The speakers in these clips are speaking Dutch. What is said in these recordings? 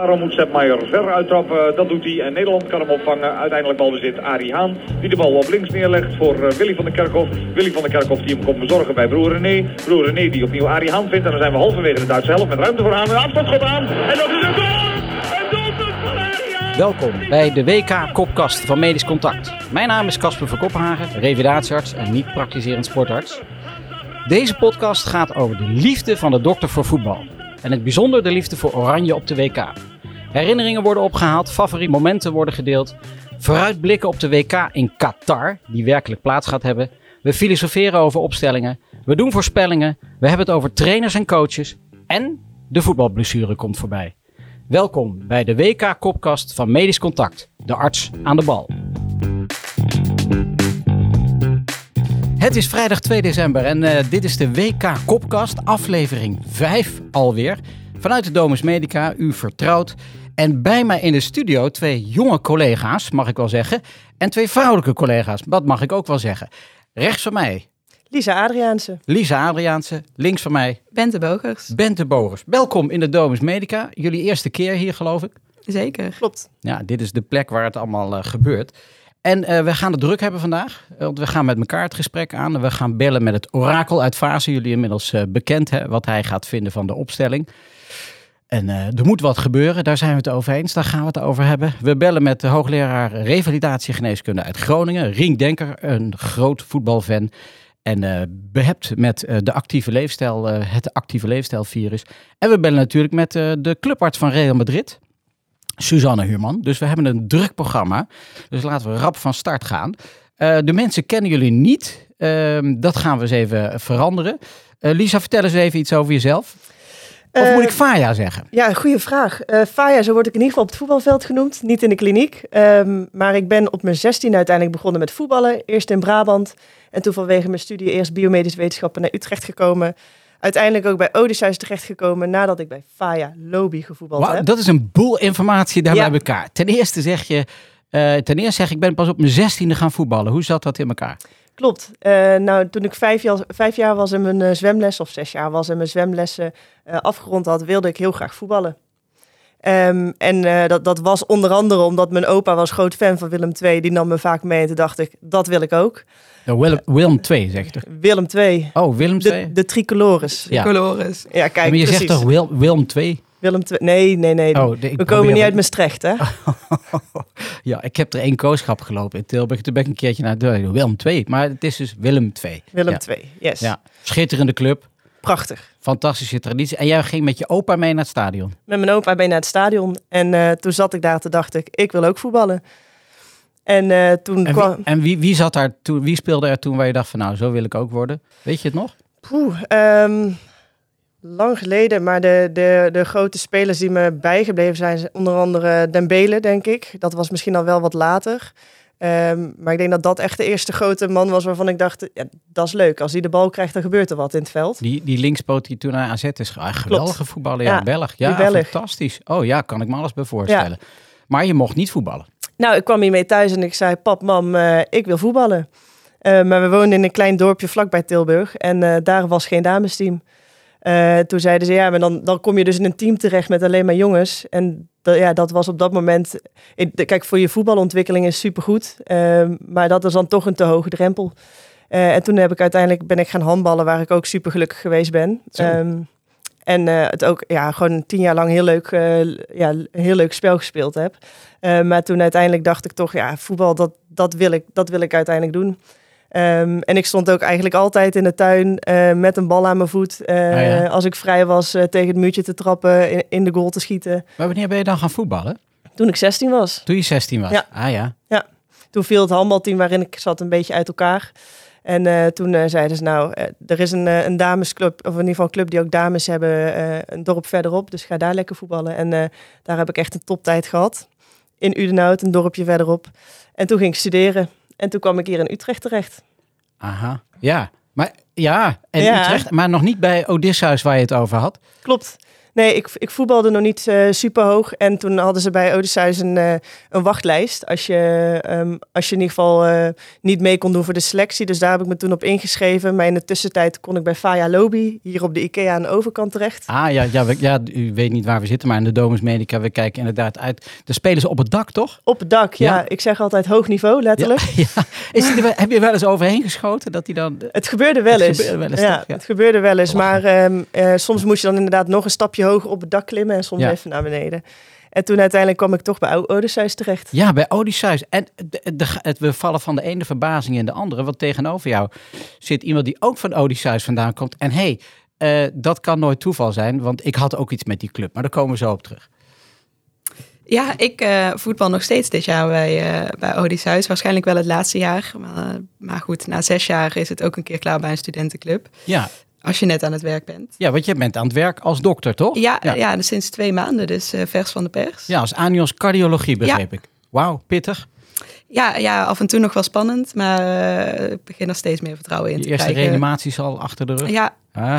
Daarom moet Sepp Maier ver uittrappen, dat doet hij en Nederland kan hem opvangen. Uiteindelijk balbezit Arie Haan, die de bal op links neerlegt voor Willy van der Kerkhof. Willy van der Kerkhof die hem komt bezorgen bij broer René. Broer René die opnieuw Arie Haan vindt en dan zijn we halverwege de Duitse helft met ruimte voor Haan. Een afstandsschot aan en dat is een goal! Een doelpunt van Arie Haan! Welkom bij de WK-kopkast van Medisch Contact. Mijn naam is Casper van Koppenhagen, revalidatiearts en niet praktiserend sportarts. Deze podcast gaat over de liefde van de dokter voor voetbal. En in het bijzonder de liefde voor Oranje op de WK. Herinneringen worden opgehaald, favoriete momenten worden gedeeld. Vooruitblikken op de WK in Qatar, die werkelijk plaats gaat hebben. We filosoferen over opstellingen. We doen voorspellingen. We hebben het over trainers en coaches. En de voetbalblessure komt voorbij. Welkom bij de WK-kopkast van Medisch Contact. De arts aan de bal. Het is vrijdag 2 december en dit is de WK-kopkast, aflevering 5 alweer. Vanuit de Domus Medica, u vertrouwt. En bij mij in de studio 2 jonge collega's, mag ik wel zeggen. En 2 vrouwelijke collega's, dat mag ik ook wel zeggen. Rechts van mij. Lisa Adriaanse. Links van mij. Bente Bogers. Welkom in de Domus Medica. Jullie eerste keer hier, geloof ik. Zeker. Klopt. Ja, dit is de plek waar het allemaal gebeurt. En we gaan het druk hebben vandaag, want we gaan met elkaar het gesprek aan. We gaan bellen met het orakel uit Fase. Jullie inmiddels bekend, hè, wat hij gaat vinden van de opstelling. En er moet wat gebeuren, daar zijn we het over eens. Daar gaan we het over hebben. We bellen met de hoogleraar revalidatiegeneeskunde uit Groningen, Rien Denker, een groot voetbalfan. En behept met de actieve leefstijl, het actieve leefstijlvirus. En we bellen natuurlijk met de clubarts van Real Madrid, Suzanne Huurman. Dus we hebben een druk programma. Dus laten we rap van start gaan. De mensen kennen jullie niet. Dat gaan we eens even veranderen. Lisa, vertel eens even iets over jezelf. Of moet ik Faya zeggen? Ja, goede vraag. Faya, zo word ik in ieder geval op het voetbalveld genoemd. Niet in de kliniek. Maar ik ben op mijn 16 uiteindelijk begonnen met voetballen. Eerst in Brabant. En toen vanwege mijn studie eerst biomedische wetenschappen naar Utrecht gekomen. Uiteindelijk ook bij Odysseus terechtgekomen nadat ik bij Faya Lobby gevoetbald heb. Dat is een boel informatie daar bij elkaar. Ten eerste zeg je, ik ben pas op mijn 16e gaan voetballen. Hoe zat dat in elkaar? Klopt. Toen ik 5 jaar was en mijn zwemles, of 6 jaar was en mijn zwemlessen afgerond had, wilde ik heel graag voetballen. Dat was onder andere omdat mijn opa was groot fan van Willem II. Die nam me vaak mee en toen dacht ik, dat wil ik ook. Willem II, zeg je toch? Willem II. Oh, Willem II? De tricolores. Ja. Tricolores. Ja, kijk, maar je precies. zegt toch Willem II? Willem II. Nee. Oh, we komen niet uit Maastricht, hè? Ja, ik heb er 1 kooschap gelopen in Tilburg. Toen ben ik een keertje naar Willem II. Maar het is dus Willem II. Willem II, yes. Ja, schitterende club. Prachtig. Fantastische traditie. En jij ging met je opa mee naar het stadion? Met mijn opa ben ik naar het stadion. En toen zat ik daar, toen dacht ik wil ook voetballen. Wie zat daar toen? Wie speelde er toen waar je dacht van nou, zo wil ik ook worden? Weet je het nog? Lang geleden, maar de grote spelers die me bijgebleven zijn onder andere Dembele, denk ik. Dat was misschien al wel wat later. Maar ik denk dat dat echt de eerste grote man was waarvan ik dacht, ja, dat is leuk. Als hij de bal krijgt, dan gebeurt er wat in het veld. Die linkspoot die toen naar AZ is. Geweldige voetballer, ja, Belg. Ja, fantastisch. Oh ja, kan ik me alles bij voorstellen. Ja. Maar je mocht niet voetballen. Nou, ik kwam hiermee thuis en ik zei, pap, mam, ik wil voetballen. Maar we woonden in een klein dorpje vlakbij Tilburg en daar was geen damesteam. Toen zeiden ze, ja, maar dan kom je dus in een team terecht met alleen maar jongens. En dat was op dat moment... Kijk, voor je voetbalontwikkeling is supergoed. Maar dat is dan toch een te hoge drempel. En toen ben ik gaan handballen, waar ik ook super gelukkig geweest ben. Het ook gewoon 10 jaar lang een heel leuk spel gespeeld heb. Maar toen uiteindelijk dacht ik toch, ja, voetbal, dat wil ik uiteindelijk doen. En ik stond ook eigenlijk altijd in de tuin met een bal aan mijn voet. Als ik vrij was tegen het muurtje te trappen, in de goal te schieten. Maar wanneer ben je dan gaan voetballen? Toen ik 16 was. Toen je 16 was? Ja. Ja. Toen viel het handbalteam waarin ik zat een beetje uit elkaar. En toen zeiden ze er is een damesclub, of in ieder geval een club die ook dames hebben, een dorp verderop. Dus ga daar lekker voetballen. En daar heb ik echt een toptijd gehad. In Udenhout, een dorpje verderop. En toen ging ik studeren. En toen kwam ik hier in Utrecht terecht. Aha, ja. Maar Utrecht, maar nog niet bij Odysseus waar je het over had? Klopt. Nee, ik voetbalde nog niet super hoog. En toen hadden ze bij Odysseus een wachtlijst. Als je in ieder geval niet mee kon doen voor de selectie. Dus daar heb ik me toen op ingeschreven. Maar in de tussentijd kon ik bij Faya Lobby hier op de IKEA aan de overkant terecht. U weet niet waar we zitten, maar in de Domus Medica, we kijken inderdaad uit. Daar spelen ze op het dak, toch? Op het dak, ja. Ik zeg altijd hoog niveau, letterlijk. Ja. Heb je wel eens overheen geschoten? Dat hij dan... Het gebeurde wel eens. Het gebeurde wel eens. Maar soms moest je dan inderdaad nog een stapje hoger op het dak klimmen en soms even naar beneden. En toen uiteindelijk kwam ik toch bij Odysseus terecht. Ja, bij Odysseus. En we vallen van de ene verbazing in de andere. Want tegenover jou zit iemand die ook van Odysseus vandaan komt. En dat kan nooit toeval zijn, want ik had ook iets met die club. Maar daar komen we zo op terug. Ja, ik voetbal nog steeds dit jaar bij Odysseus. Waarschijnlijk wel het laatste jaar. Maar goed, na 6 jaar is het ook een keer klaar bij een studentenclub. Ja. Als je net aan het werk bent. Ja, want je bent aan het werk als dokter, toch? Ja, dus sinds 2 maanden, dus vers van de pers. Ja, als anios cardiologie begreep ik. Wauw, pittig. Ja, af en toe nog wel spannend, maar ik begin er steeds meer vertrouwen in te krijgen. De eerste reanimaties al achter de rug? Ja.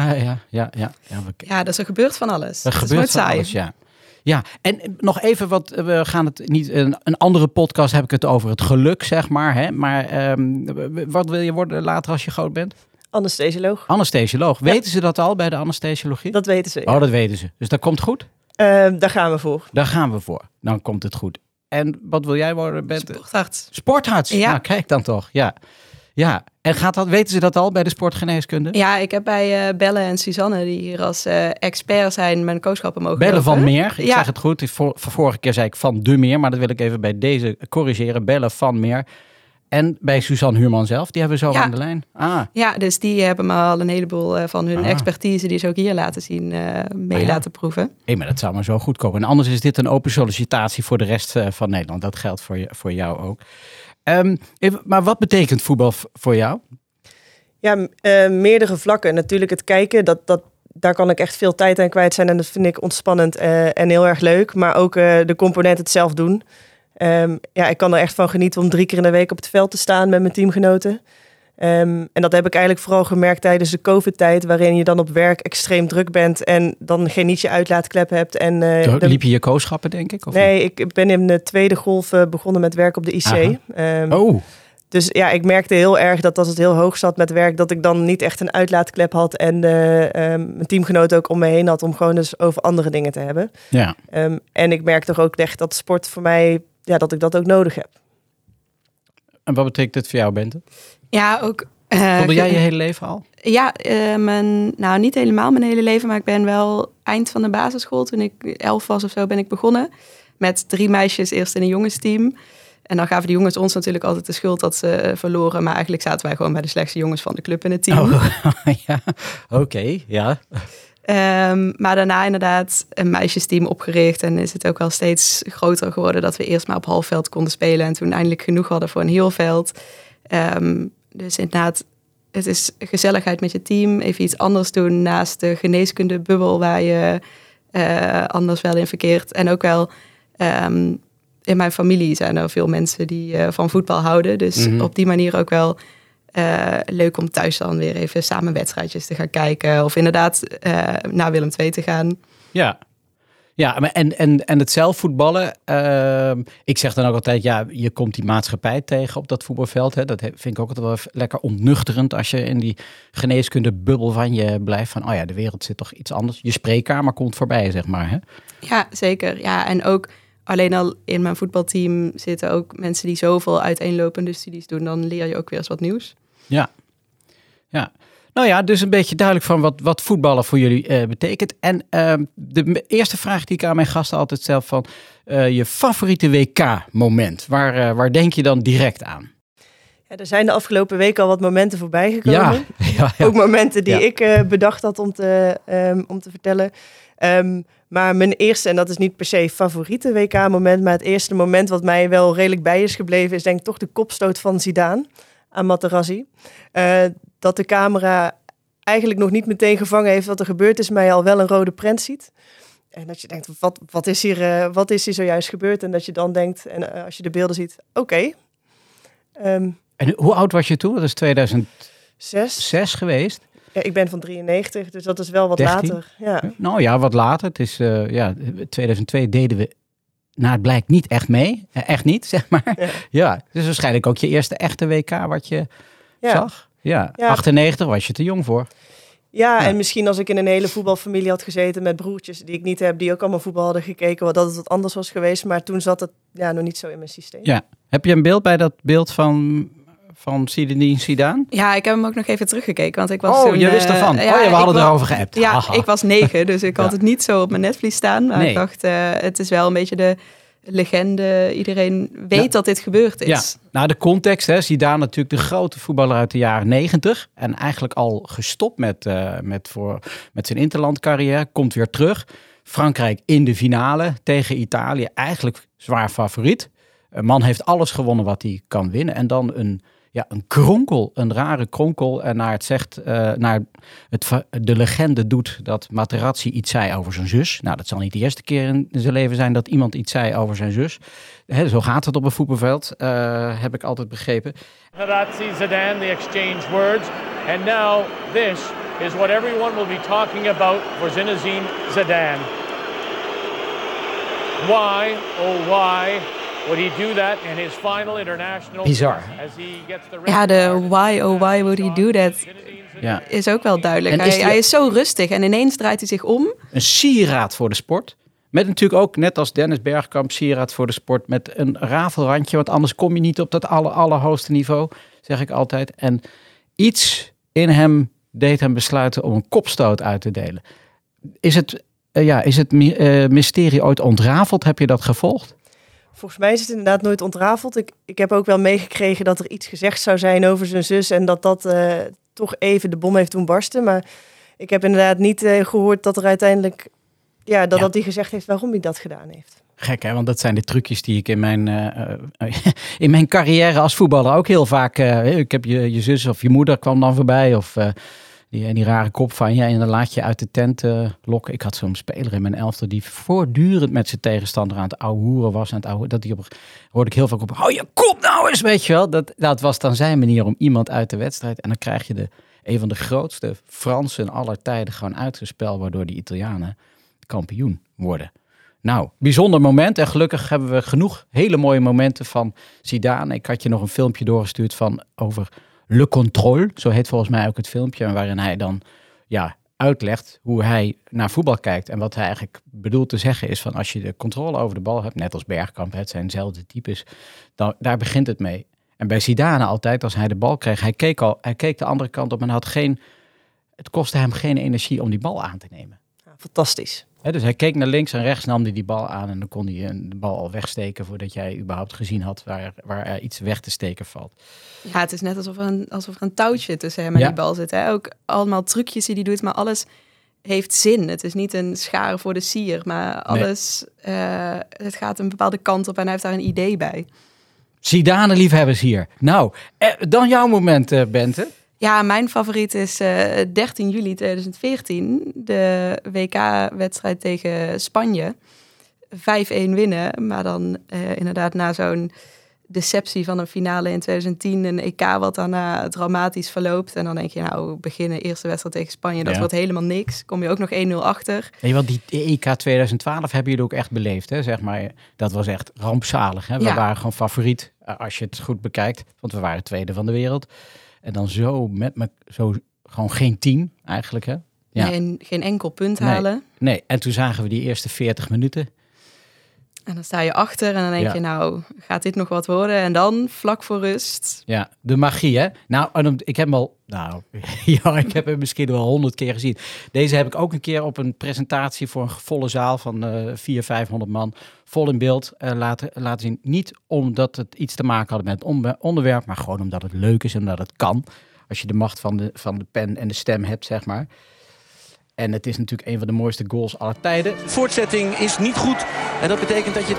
Ja, dus er gebeurt van alles. Er gebeurt van alles, ja. Ja, en nog even we gaan het niet... Een andere podcast heb ik het over het geluk, zeg maar. Hè? Maar wat wil je worden later als je groot bent? Anesthesioloog. Anesthesioloog. Ja. Weten ze dat al bij de anesthesiologie? Dat weten ze, ja. Oh, dat weten ze. Dus dat komt goed? Daar gaan we voor. Daar gaan we voor. Dan komt het goed. En wat wil jij worden, Bente? Sportarts. Sportarts? Ja. Nou, kijk dan toch. Ja. En weten ze dat al bij de sportgeneeskunde? Ja, ik heb bij Belle en Suzanne, die hier als expert zijn, mijn coachschappen mogen Belle lopen. van Meer, ik zeg het goed. Vorige keer zei ik Van de Meer, maar dat wil ik even bij deze corrigeren. Belle van Meer. En bij Suzanne Huurman zelf, die hebben we zo aan de lijn. Ja, dus die hebben me al een heleboel van hun expertise, die ze ook hier laten zien, laten proeven. Maar dat zou maar zo goed komen. En anders is dit een open sollicitatie voor de rest van Nederland. Dat geldt voor jou ook. Maar wat betekent voetbal voor jou? Ja, meerdere vlakken. Natuurlijk het kijken, daar kan ik echt veel tijd aan kwijt zijn. En dat vind ik ontspannend en heel erg leuk. Maar ook de component het zelf doen. Ik kan er echt van genieten om 3 keer in de week op het veld te staan met mijn teamgenoten. En dat heb ik eigenlijk vooral gemerkt tijdens de COVID-tijd, waarin je dan op werk extreem druk bent en dan geen niet je uitlaatklep hebt. Liep je je kooschappen, denk ik? Of nee, ik ben in de tweede golf begonnen met werk op de IC. Dus ja, ik merkte heel erg dat als het heel hoog zat met werk, dat ik dan niet echt een uitlaatklep had en mijn teamgenoot ook om me heen had om gewoon dus over andere dingen te hebben. Ja. En ik merk toch ook echt dat sport voor mij, dat ik dat ook nodig heb. En wat betekent dit voor jou, Bente? Ja, ook... Voelde jij je hele leven al? Ja, niet helemaal mijn hele leven, maar ik ben wel eind van de basisschool, toen ik 11 was of zo, ben ik begonnen. Met 3 meisjes eerst in een jongensteam. En dan gaven de jongens ons natuurlijk altijd de schuld dat ze verloren. Maar eigenlijk zaten wij gewoon bij de slechtste jongens van de club in het team. Ja. Maar daarna inderdaad een meisjesteam opgericht. En is het ook wel steeds groter geworden dat we eerst maar op halfveld konden spelen. En toen eindelijk genoeg hadden voor een heel veld. Dus inderdaad, het is gezelligheid met je team. Even iets anders doen naast de geneeskundebubbel waar je anders wel in verkeert. En ook wel... in mijn familie zijn er veel mensen die van voetbal houden. Dus op die manier ook wel leuk om thuis dan weer even samen wedstrijdjes te gaan kijken. Of inderdaad naar Willem II te gaan. Ja, en het zelf voetballen. Ik zeg dan ook altijd, je komt die maatschappij tegen op dat voetbalveld. Hè. Dat vind ik ook altijd wel lekker ontnuchterend als je in die geneeskundebubbel van je blijft. Van, de wereld zit toch iets anders. Je spreekkamer komt voorbij, zeg maar. Hè? Ja, zeker. Ja, en ook... Alleen al in mijn voetbalteam zitten ook mensen die zoveel uiteenlopende studies doen. Dan leer je ook weer eens wat nieuws. Ja. Nou ja, dus een beetje duidelijk van wat voetballen voor jullie betekent. En de eerste vraag die ik aan mijn gasten altijd stel van je favoriete WK-moment. Waar denk je dan direct aan? Ja, er zijn de afgelopen weken al wat momenten voorbij gekomen. Ja. Ook momenten die ik bedacht had om te vertellen. Maar mijn eerste, en dat is niet per se favoriete WK-moment, maar het eerste moment wat mij wel redelijk bij is gebleven, is denk ik toch de kopstoot van Zidane aan Materazzi. Dat de camera eigenlijk nog niet meteen gevangen heeft wat er gebeurd is, maar je al wel een rode prent ziet. En dat je denkt, wat is hier zojuist gebeurd? En dat je dan denkt, en als je de beelden ziet, oké. En hoe oud was je toen? Dat is 2006 geweest. Ja, ik ben van 93, dus dat is wel wat 13? later. Ja. Nou ja, wat later. Het is 2002 deden we, nou het blijkt niet echt mee. Echt niet, zeg maar. Ja, dus waarschijnlijk ook je eerste echte WK wat je zag. Ja, 98 was je te jong voor. Ja, en misschien als ik in een hele voetbalfamilie had gezeten met broertjes die ik niet heb, die ook allemaal voetbal hadden gekeken, dat het wat anders was geweest. Maar toen zat het nog niet zo in mijn systeem. Ja. Heb je een beeld bij dat beeld van Zinedine Zidane? Ja, ik heb hem ook nog even teruggekeken. Want ik was toen, je wist ervan. We hadden erover geappt. Ja, ik was 9, dus ik had het niet zo op mijn netvlies staan. Maar ik dacht, het is wel een beetje de legende. Iedereen weet dat dit gebeurd is. Ja, nou de context. Zidane natuurlijk de grote voetballer uit de jaren 90. En eigenlijk al gestopt met zijn interlandcarrière. Komt weer terug. Frankrijk in de finale tegen Italië. Eigenlijk zwaar favoriet. Een man heeft alles gewonnen wat hij kan winnen. En dan een kronkel, een rare kronkel. En de legende doet dat Materazzi iets zei over zijn zus. Nou, dat zal niet de eerste keer in zijn leven zijn dat iemand iets zei over zijn zus. Zo gaat het op een voetbalveld, heb ik altijd begrepen. Materazzi, Zidane, the exchange words. And now this is what everyone will be talking about for Zinedine Zidane. Why, oh why... would he do that in his final international? Bizar. Ja, de why, oh why would he do that is ook wel duidelijk. Hij is zo rustig en ineens draait hij zich om. Een sieraad voor de sport. Met natuurlijk ook, net als Dennis Bergkamp, sieraad voor de sport. Met een rafelrandje, want anders kom je niet op dat allerhoogste niveau, zeg ik altijd. En iets in hem deed hem besluiten om een kopstoot uit te delen. Is het mysterie ooit ontrafeld? Heb je dat gevolgd? Volgens mij is het inderdaad nooit ontrafeld. Ik heb ook wel meegekregen dat er iets gezegd zou zijn over zijn zus en dat toch even de bom heeft doen barsten. Maar ik heb inderdaad niet gehoord dat er uiteindelijk, dat hij gezegd heeft waarom hij dat gedaan heeft. Gek hè, want dat zijn de trucjes die ik in mijn carrière als voetballer ook heel vaak... ik heb je zus of je moeder kwam dan voorbij of... Die rare kop van je en dan laat je uit de tent lokken. Ik had zo'n speler in mijn elftal die voortdurend met zijn tegenstander aan het ouwehoeren was. Hoorde ik heel vaak op, hou je kop nou eens, weet je wel. Dat was dan zijn manier om iemand uit de wedstrijd. En dan krijg je een van de grootste Fransen aller tijden gewoon uitgespeeld, waardoor die Italianen kampioen worden. Nou, bijzonder moment. En gelukkig hebben we genoeg hele mooie momenten van Zidane. Ik had je nog een filmpje doorgestuurd over... Le Contrôle, zo heet volgens mij ook het filmpje, waarin hij dan uitlegt hoe hij naar voetbal kijkt. En wat hij eigenlijk bedoelt te zeggen is van als je de controle over de bal hebt, net als Bergkamp, het zijn dezelfde types, daar begint het mee. En bij Zidane altijd, als hij de bal kreeg, hij keek de andere kant op en het kostte hem geen energie om die bal aan te nemen. Ja, fantastisch. Dus hij keek naar links en rechts, nam hij die bal aan en dan kon hij de bal al wegsteken voordat jij überhaupt gezien had waar er iets weg te steken valt. Ja, het is net alsof er een touwtje tussen hem en die bal zit. Hè? Ook allemaal trucjes die hij doet, maar alles heeft zin. Het is niet een schaar voor de sier, maar alles, het gaat een bepaalde kant op en hij heeft daar een idee bij. Zidane-liefhebbers hier. Nou, dan jouw moment, Bente. Ja, mijn favoriet is 13 juli 2014, de WK-wedstrijd tegen Spanje. 5-1 winnen, maar dan inderdaad na zo'n deceptie van een finale in 2010, een EK wat daarna dramatisch verloopt. En dan denk je, nou, beginnen eerste wedstrijd tegen Spanje, dat wordt helemaal niks. Kom je ook nog 1-0 achter. Nee, want die EK 2012 hebben jullie ook echt beleefd, hè? Zeg maar, dat was echt rampzalig. Hè? We waren gewoon favoriet, als je het goed bekijkt, want we waren tweede van de wereld. En dan zo gewoon geen team eigenlijk, hè? Ja. Geen enkel punt halen. Nee, en toen zagen we die eerste 40 minuten. En dan sta je achter en dan denk je, nou, gaat dit nog wat worden? En dan, vlak voor rust. Ja, de magie, hè? Nou, ik heb hem al... ik heb hem misschien wel 100 keer gezien. Deze heb ik ook een keer op een presentatie voor een volle zaal van 400-500 man vol in beeld laten zien. Niet omdat het iets te maken had met het onderwerp, maar gewoon omdat het leuk is en omdat het kan. Als je de macht van de pen en de stem hebt, zeg maar. En het is natuurlijk een van de mooiste goals aller tijden. Voortzetting is niet goed. En dat betekent dat je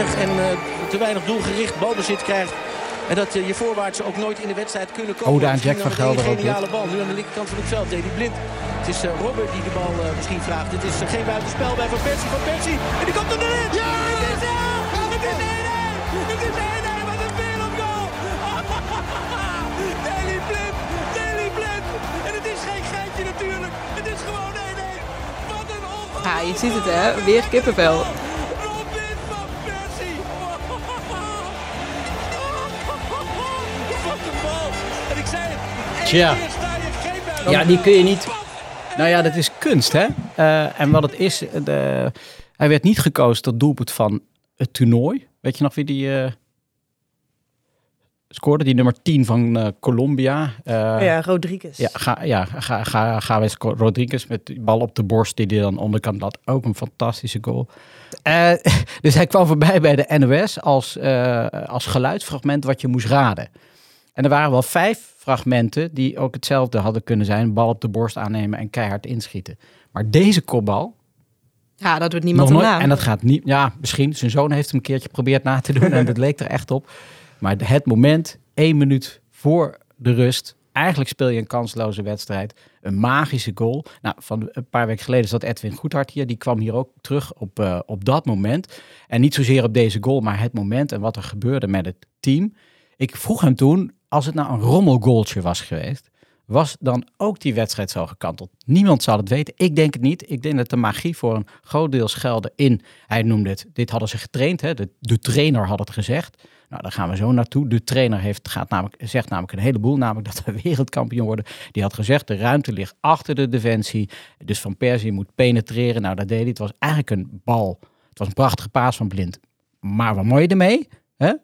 te weinig doelgericht balbezit krijgt. En dat je voorwaarts ook nooit in de wedstrijd kunnen komen. Oda aan Jack van Gelder ook geniale bal. Nu aan de linkerkant van het veld. Deli Blind. Het is Robert die de bal misschien vraagt. Het is geen buitenspel bij Van Persie. Van Persie. En die komt er erin. Ja! Het is 1-1. Het is 1-1. Wat een wereldgoal. Deli Blind. En het is geen geintje je ziet het hè, weer kippenvel. Robin van Persie. Wat een bal. En ik zei het. Tja. Ja, die kun je niet... Nou ja, dat is kunst, hè? En wat het is... hij werd niet gekozen tot doelpunt van het toernooi. Weet je nog wie die scoorde? Die nummer 10 van Colombia. Rodriguez. Javes Rodriguez met die bal op de borst die hij dan onderkant laat. Ook een fantastische goal. Dus hij kwam voorbij bij de NOS als geluidsfragment wat je moest raden. En er waren wel 5 fragmenten die ook hetzelfde hadden kunnen zijn. Bal op de borst aannemen en keihard inschieten. Maar deze kopbal... Ja, dat doet niemand na. En dat gaat niet... Ja, misschien. Zijn zoon heeft hem een keertje geprobeerd na te doen. En dat leek er echt op. Maar het moment, 1 minuut voor de rust... Eigenlijk speel je een kansloze wedstrijd. Een magische goal. Nou, van een paar weken geleden zat Edwin Goedhart hier. Die kwam hier ook terug op dat moment. En niet zozeer op deze goal, maar het moment en wat er gebeurde met het team. Ik vroeg hem toen, als het nou een rommelgoaltje was geweest... was dan ook die wedstrijd zo gekanteld? Niemand zal het weten. Ik denk het niet. Ik denk dat de magie voor een groot deel schuilde in... Hij noemde het, dit hadden ze getraind. Hè? De trainer had het gezegd. Nou, daar gaan we zo naartoe. De trainer zegt namelijk een heleboel. Namelijk dat we wereldkampioen worden. Die had gezegd, de ruimte ligt achter de defensie. Dus Van Persie moet penetreren. Nou, dat deed hij. Het was eigenlijk een bal. Het was een prachtige paas van Blind. Maar wat mooi ermee... Huh?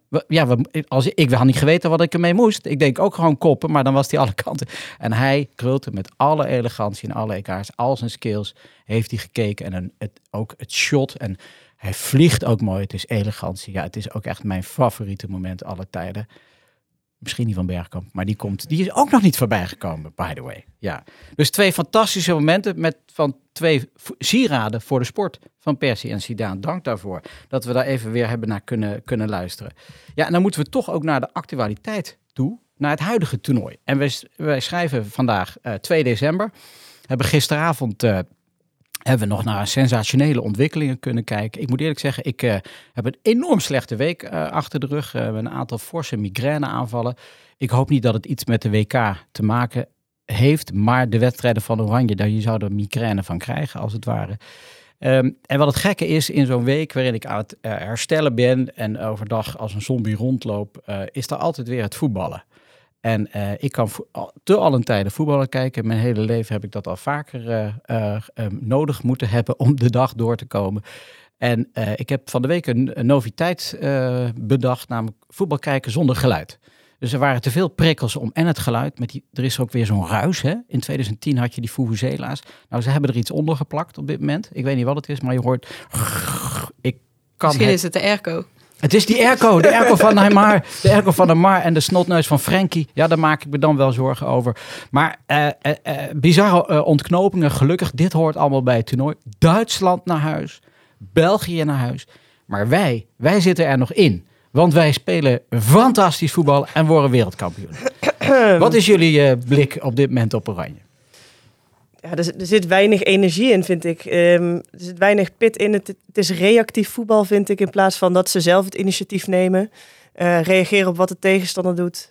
Ik had niet geweten wat ik ermee moest. Ik denk ook gewoon koppen, maar dan was hij alle kanten. En hij krulde met alle elegantie en alle EK's, al zijn skills, heeft hij gekeken. En ook het shot. En hij vliegt ook mooi. Het is elegantie. Ja, het is ook echt mijn favoriete moment aller tijden. Misschien niet van Bergkamp, maar die is ook nog niet voorbij gekomen, by the way. Ja. Dus 2 fantastische momenten van 2 sieraden voor de sport van Persie en Zidane. Dank daarvoor dat we daar even weer hebben naar kunnen luisteren. Ja, en dan moeten we toch ook naar de actualiteit toe, naar het huidige toernooi. En wij schrijven vandaag 2 december. Hebben gisteravond... hebben we nog naar sensationele ontwikkelingen kunnen kijken. Ik moet eerlijk zeggen, ik heb een enorm slechte week achter de rug. We hebben een aantal forse migraineaanvallen. Ik hoop niet dat het iets met de WK te maken heeft. Maar de wedstrijden van Oranje, daar je zou er migraine van krijgen, als het ware. En wat het gekke is, in zo'n week waarin ik aan het herstellen ben... en overdag als een zombie rondloop, is er altijd weer het voetballen. En ik kan te allen tijden voetballen kijken. Mijn hele leven heb ik dat al vaker nodig moeten hebben om de dag door te komen. En ik heb van de week een noviteit bedacht, namelijk voetbal kijken zonder geluid. Dus er waren te veel prikkels om en het geluid. Er is ook weer zo'n ruis. Hè? In 2010 had je die vuvuzela's. Nou, ze hebben er iets onder geplakt op dit moment. Ik weet niet wat het is, maar je hoort... Misschien is het de airco. Het is die airco, de airco van Neymar, de airco van Neymar en de snotneus van Frenkie. Ja, daar maak ik me dan wel zorgen over. Maar bizarre ontknopingen, gelukkig, dit hoort allemaal bij het toernooi. Duitsland naar huis, België naar huis. Maar wij zitten er nog in. Want wij spelen fantastisch voetbal en worden wereldkampioen. Wat is jullie blik op dit moment op Oranje? Ja, er zit weinig energie in, vind ik. Er zit weinig pit in. Het is reactief voetbal, vind ik, in plaats van dat ze zelf het initiatief nemen. Reageren op wat de tegenstander doet.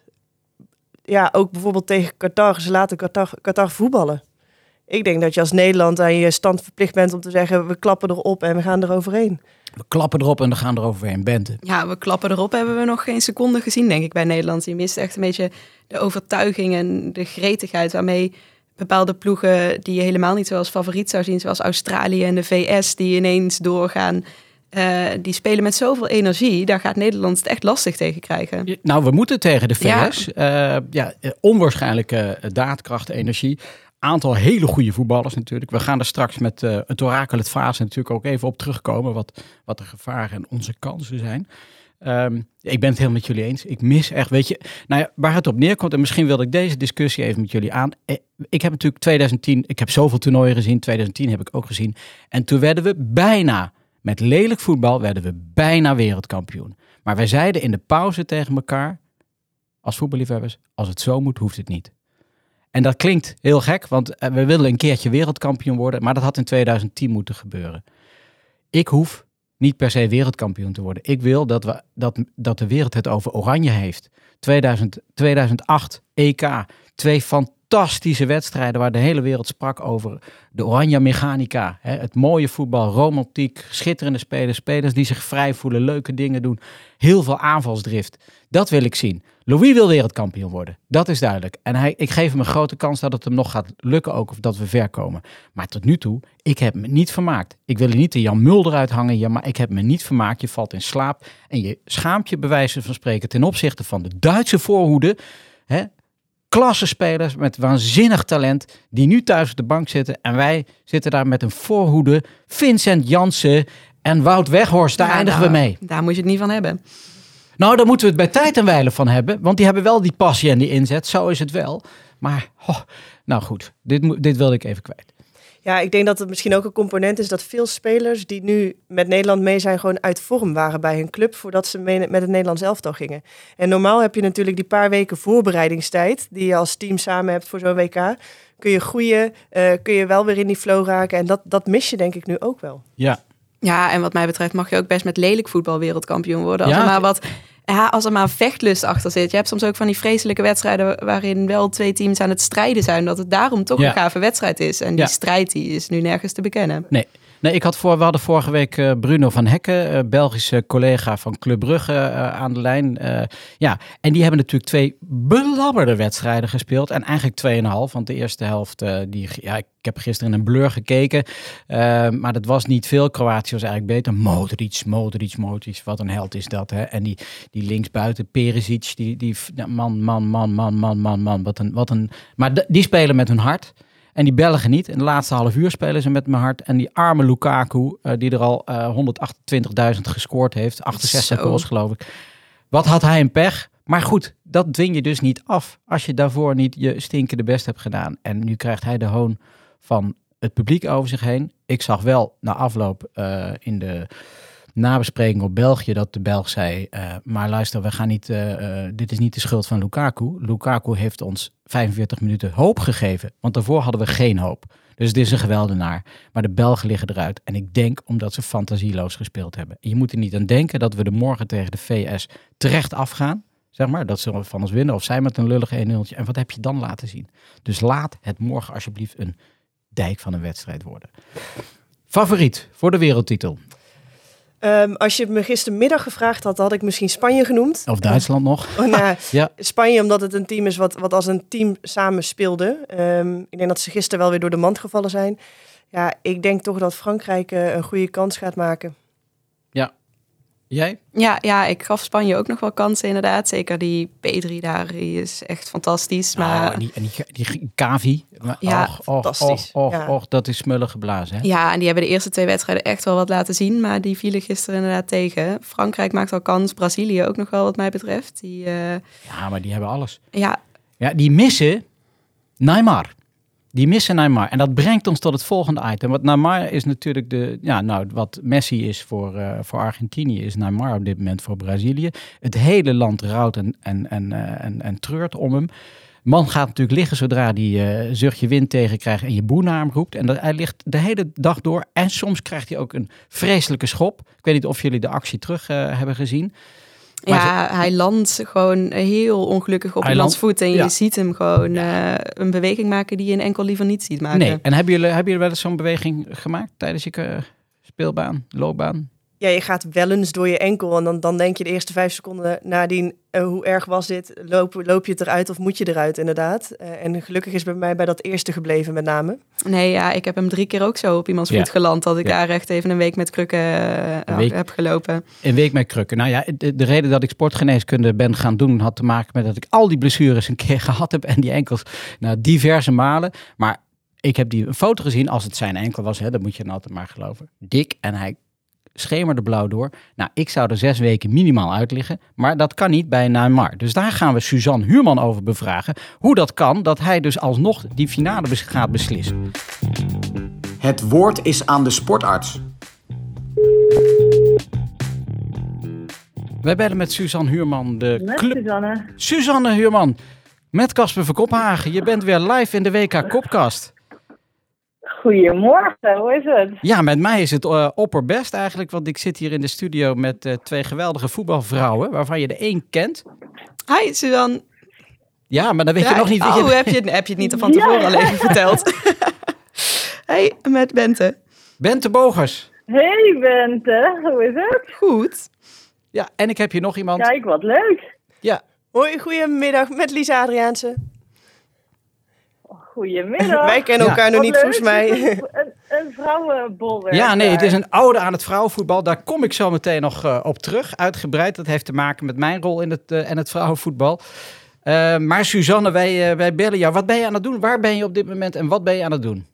Ja, ook bijvoorbeeld tegen Qatar. Ze laten Qatar voetballen. Ik denk dat je als Nederland aan je stand verplicht bent om te zeggen... we klappen erop en we gaan eroverheen. We klappen erop en we gaan eroverheen, Bente. Ja, we klappen erop hebben we nog geen seconde gezien, denk ik, bij Nederland. Je mist echt een beetje de overtuiging en de gretigheid waarmee... bepaalde ploegen die je helemaal niet zoals favoriet zou zien... zoals Australië en de VS, die ineens doorgaan... die spelen met zoveel energie. Daar gaat Nederland het echt lastig tegen krijgen. Nou, we moeten tegen de VS. Onwaarschijnlijke daadkracht, energie. Aantal hele goede voetballers natuurlijk. We gaan er straks met het orakel het fase natuurlijk ook even op terugkomen... wat de gevaren en onze kansen zijn... ik ben het helemaal met jullie eens. Ik mis echt, weet je, nou ja, waar het op neerkomt... en misschien wilde ik deze discussie even met jullie aan. Ik heb natuurlijk 2010, ik heb zoveel toernooien gezien. 2010 heb ik ook gezien. En toen werden we bijna, met lelijk voetbal... werden we bijna wereldkampioen. Maar wij zeiden in de pauze tegen elkaar... als voetballiefhebbers, als het zo moet, hoeft het niet. En dat klinkt heel gek, want we willen een keertje wereldkampioen worden... maar dat had in 2010 moeten gebeuren. Ik hoef... niet per se wereldkampioen te worden. Ik wil dat de wereld het over Oranje heeft. 2008 EK. 2 fantastische wedstrijden waar de hele wereld sprak over de Oranje Mechanica. Hè? Het mooie voetbal, romantiek, schitterende spelers die zich vrij voelen, leuke dingen doen. Heel veel aanvalsdrift. Dat wil ik zien. Louis wil wereldkampioen worden. Dat is duidelijk. En ik geef hem een grote kans dat het hem nog gaat lukken ook, of dat we ver komen. Maar tot nu toe, ik heb me niet vermaakt. Ik wil er niet de Jan Mulder uithangen, ja, maar ik heb me niet vermaakt. Je valt in slaap en je schaamt je bij wijze van spreken ten opzichte van de Duitse voorhoede. Hè? Klassespelers met waanzinnig talent die nu thuis op de bank zitten. En wij zitten daar met een voorhoede. Vincent Janssen en Wout Weghorst, daar eindigen we mee. Daar moet je het niet van hebben. Nou, daar moeten we het bij tijd en wijle van hebben. Want die hebben wel die passie en die inzet. Zo is het wel. Maar, nou goed, dit wilde ik even kwijt. Ja, ik denk dat het misschien ook een component is dat veel spelers die nu met Nederland mee zijn gewoon uit vorm waren bij hun club voordat ze mee met het Nederlands elftal gingen. En normaal heb je natuurlijk die paar weken voorbereidingstijd die je als team samen hebt voor zo'n WK. Kun je groeien, kun je wel weer in die flow raken en dat mis je denk ik nu ook wel. Ja. Ja, en wat mij betreft mag je ook best met lelijk voetbal wereldkampioen worden. Als er maar vechtlust achter zit. Je hebt soms ook van die vreselijke wedstrijden waarin wel 2 teams aan het strijden zijn. Dat het daarom toch een gave wedstrijd is. En die strijd die is nu nergens te bekennen. Nee, we hadden vorige week Bruno van Hekken, Belgische collega van Club Brugge aan de lijn. En die hebben natuurlijk 2 belabberde wedstrijden gespeeld. En eigenlijk 2,5, want de eerste helft, ik heb gisteren in een blur gekeken. Maar dat was niet veel. Kroatië was eigenlijk beter. Modric, wat een held is dat. Hè? En die linksbuiten, Perisic, man. Wat een. Maar die spelen met hun hart. En die Belgen niet. In de laatste half uur spelen ze met mijn hart. En die arme Lukaku, die er al 128.000 gescoord heeft. 68 goals geloof ik. Wat had hij een pech. Maar goed, dat dwing je dus niet af. Als je daarvoor niet je stinkende best hebt gedaan. En nu krijgt hij de hoon van het publiek over zich heen. Ik zag wel na afloop in de nabespreking op België dat de Belg zei, maar luister, we gaan niet, dit is niet de schuld van Lukaku. Lukaku heeft ons 45 minuten hoop gegeven, want daarvoor hadden we geen hoop. Dus het is een geweldenaar. Maar de Belgen liggen eruit. En ik denk omdat ze fantasieloos gespeeld hebben. En je moet er niet aan denken dat we er morgen tegen de VS terecht afgaan. Zeg maar, dat ze van ons winnen of zij met een lullig 1-0'tje. En wat heb je dan laten zien? Dus laat het morgen alsjeblieft een dijk van een wedstrijd worden. Favoriet voor de wereldtitel? Als je me gistermiddag gevraagd had ik misschien Spanje genoemd. Of Duitsland nog. Ja. Spanje, omdat het een team is wat als een team samen speelde. Ik denk dat ze gisteren wel weer door de mand gevallen zijn. Ja, ik denk toch dat Frankrijk een goede kans gaat maken. Ja. Jij? Ja, ik gaf Spanje ook nog wel kansen inderdaad. Zeker die P3 daar, die is echt fantastisch. Maar... en die Kavi. Ja, fantastisch. Dat is smullen geblazen. Hè? Ja, en die hebben de eerste 2 wedstrijden echt wel wat laten zien. Maar die vielen gisteren inderdaad tegen. Frankrijk maakt al kans. Brazilië ook nog wel wat mij betreft. Ja, maar die hebben alles. Ja, die missen Neymar. En dat brengt ons tot het volgende item. Want Neymar is natuurlijk wat Messi is voor Argentinië, is Neymar op dit moment voor Brazilië. Het hele land rouwt en treurt om hem. Man gaat natuurlijk liggen zodra die zuchtje wind tegenkrijgt en je boer naar hem roept. En hij ligt de hele dag door. En soms krijgt hij ook een vreselijke schop. Ik weet niet of jullie de actie terug hebben gezien. Maar hij landt gewoon heel ongelukkig op iemands voet. En je ziet hem gewoon een beweging maken die je in enkel liever niet ziet maken. Nee, en hebben jullie wel eens zo'n beweging gemaakt tijdens je loopbaan? Ja, je gaat wel eens door je enkel en dan denk je de eerste 5 seconden nadien, hoe erg was dit? Loop je het eruit of moet je eruit inderdaad? En gelukkig is bij mij bij dat eerste gebleven met name. Nee, ik heb hem 3 keer ook zo op iemands voet geland, dat ik daar echt even een week met krukken heb gelopen. Een week met krukken. Nou ja, de reden dat ik sportgeneeskunde ben gaan doen had te maken met dat ik al die blessures een keer gehad heb en die enkels diverse malen. Maar ik heb een foto gezien, als het zijn enkel was, dan moet je dan altijd maar geloven. Dik en hij schemerde blauw door. Nou, ik zou er 6 weken minimaal uit liggen, maar dat kan niet bij Neymar. Dus daar gaan we Suzanne Huurman over bevragen. Hoe dat kan, dat hij dus alsnog die finale gaat beslissen. Het woord is aan de sportarts. Wij bellen met Suzanne Huurman, Suzanne. Suzanne Huurman, met Casper van Kopenhagen. Je bent weer live in de WK Kopkast. Goedemorgen, hoe is het? Ja, met mij is het opperbest eigenlijk, want ik zit hier in de studio met 2 geweldige voetbalvrouwen, waarvan je de een kent. Hi, Suzanne. Ja, maar dan weet je nog niet... Heb je het niet van tevoren al even verteld? Hey, met Bente. Bente Bogers. Hey Bente, hoe is het? Goed. Ja, en ik heb hier nog iemand. Kijk, wat leuk. Ja. Hoi, goedemiddag met Lisa Adriaanse. Goedemiddag. Wij kennen elkaar nog niet, leuk. volgens mij. Een vrouwenbolwerk. Ja, nee, het is een ode aan het vrouwenvoetbal. Daar kom ik zo meteen nog op terug, uitgebreid. Dat heeft te maken met mijn rol in het vrouwenvoetbal. Maar Suzanne, wij bellen jou. Wat ben je aan het doen? Waar ben je op dit moment en wat ben je aan het doen?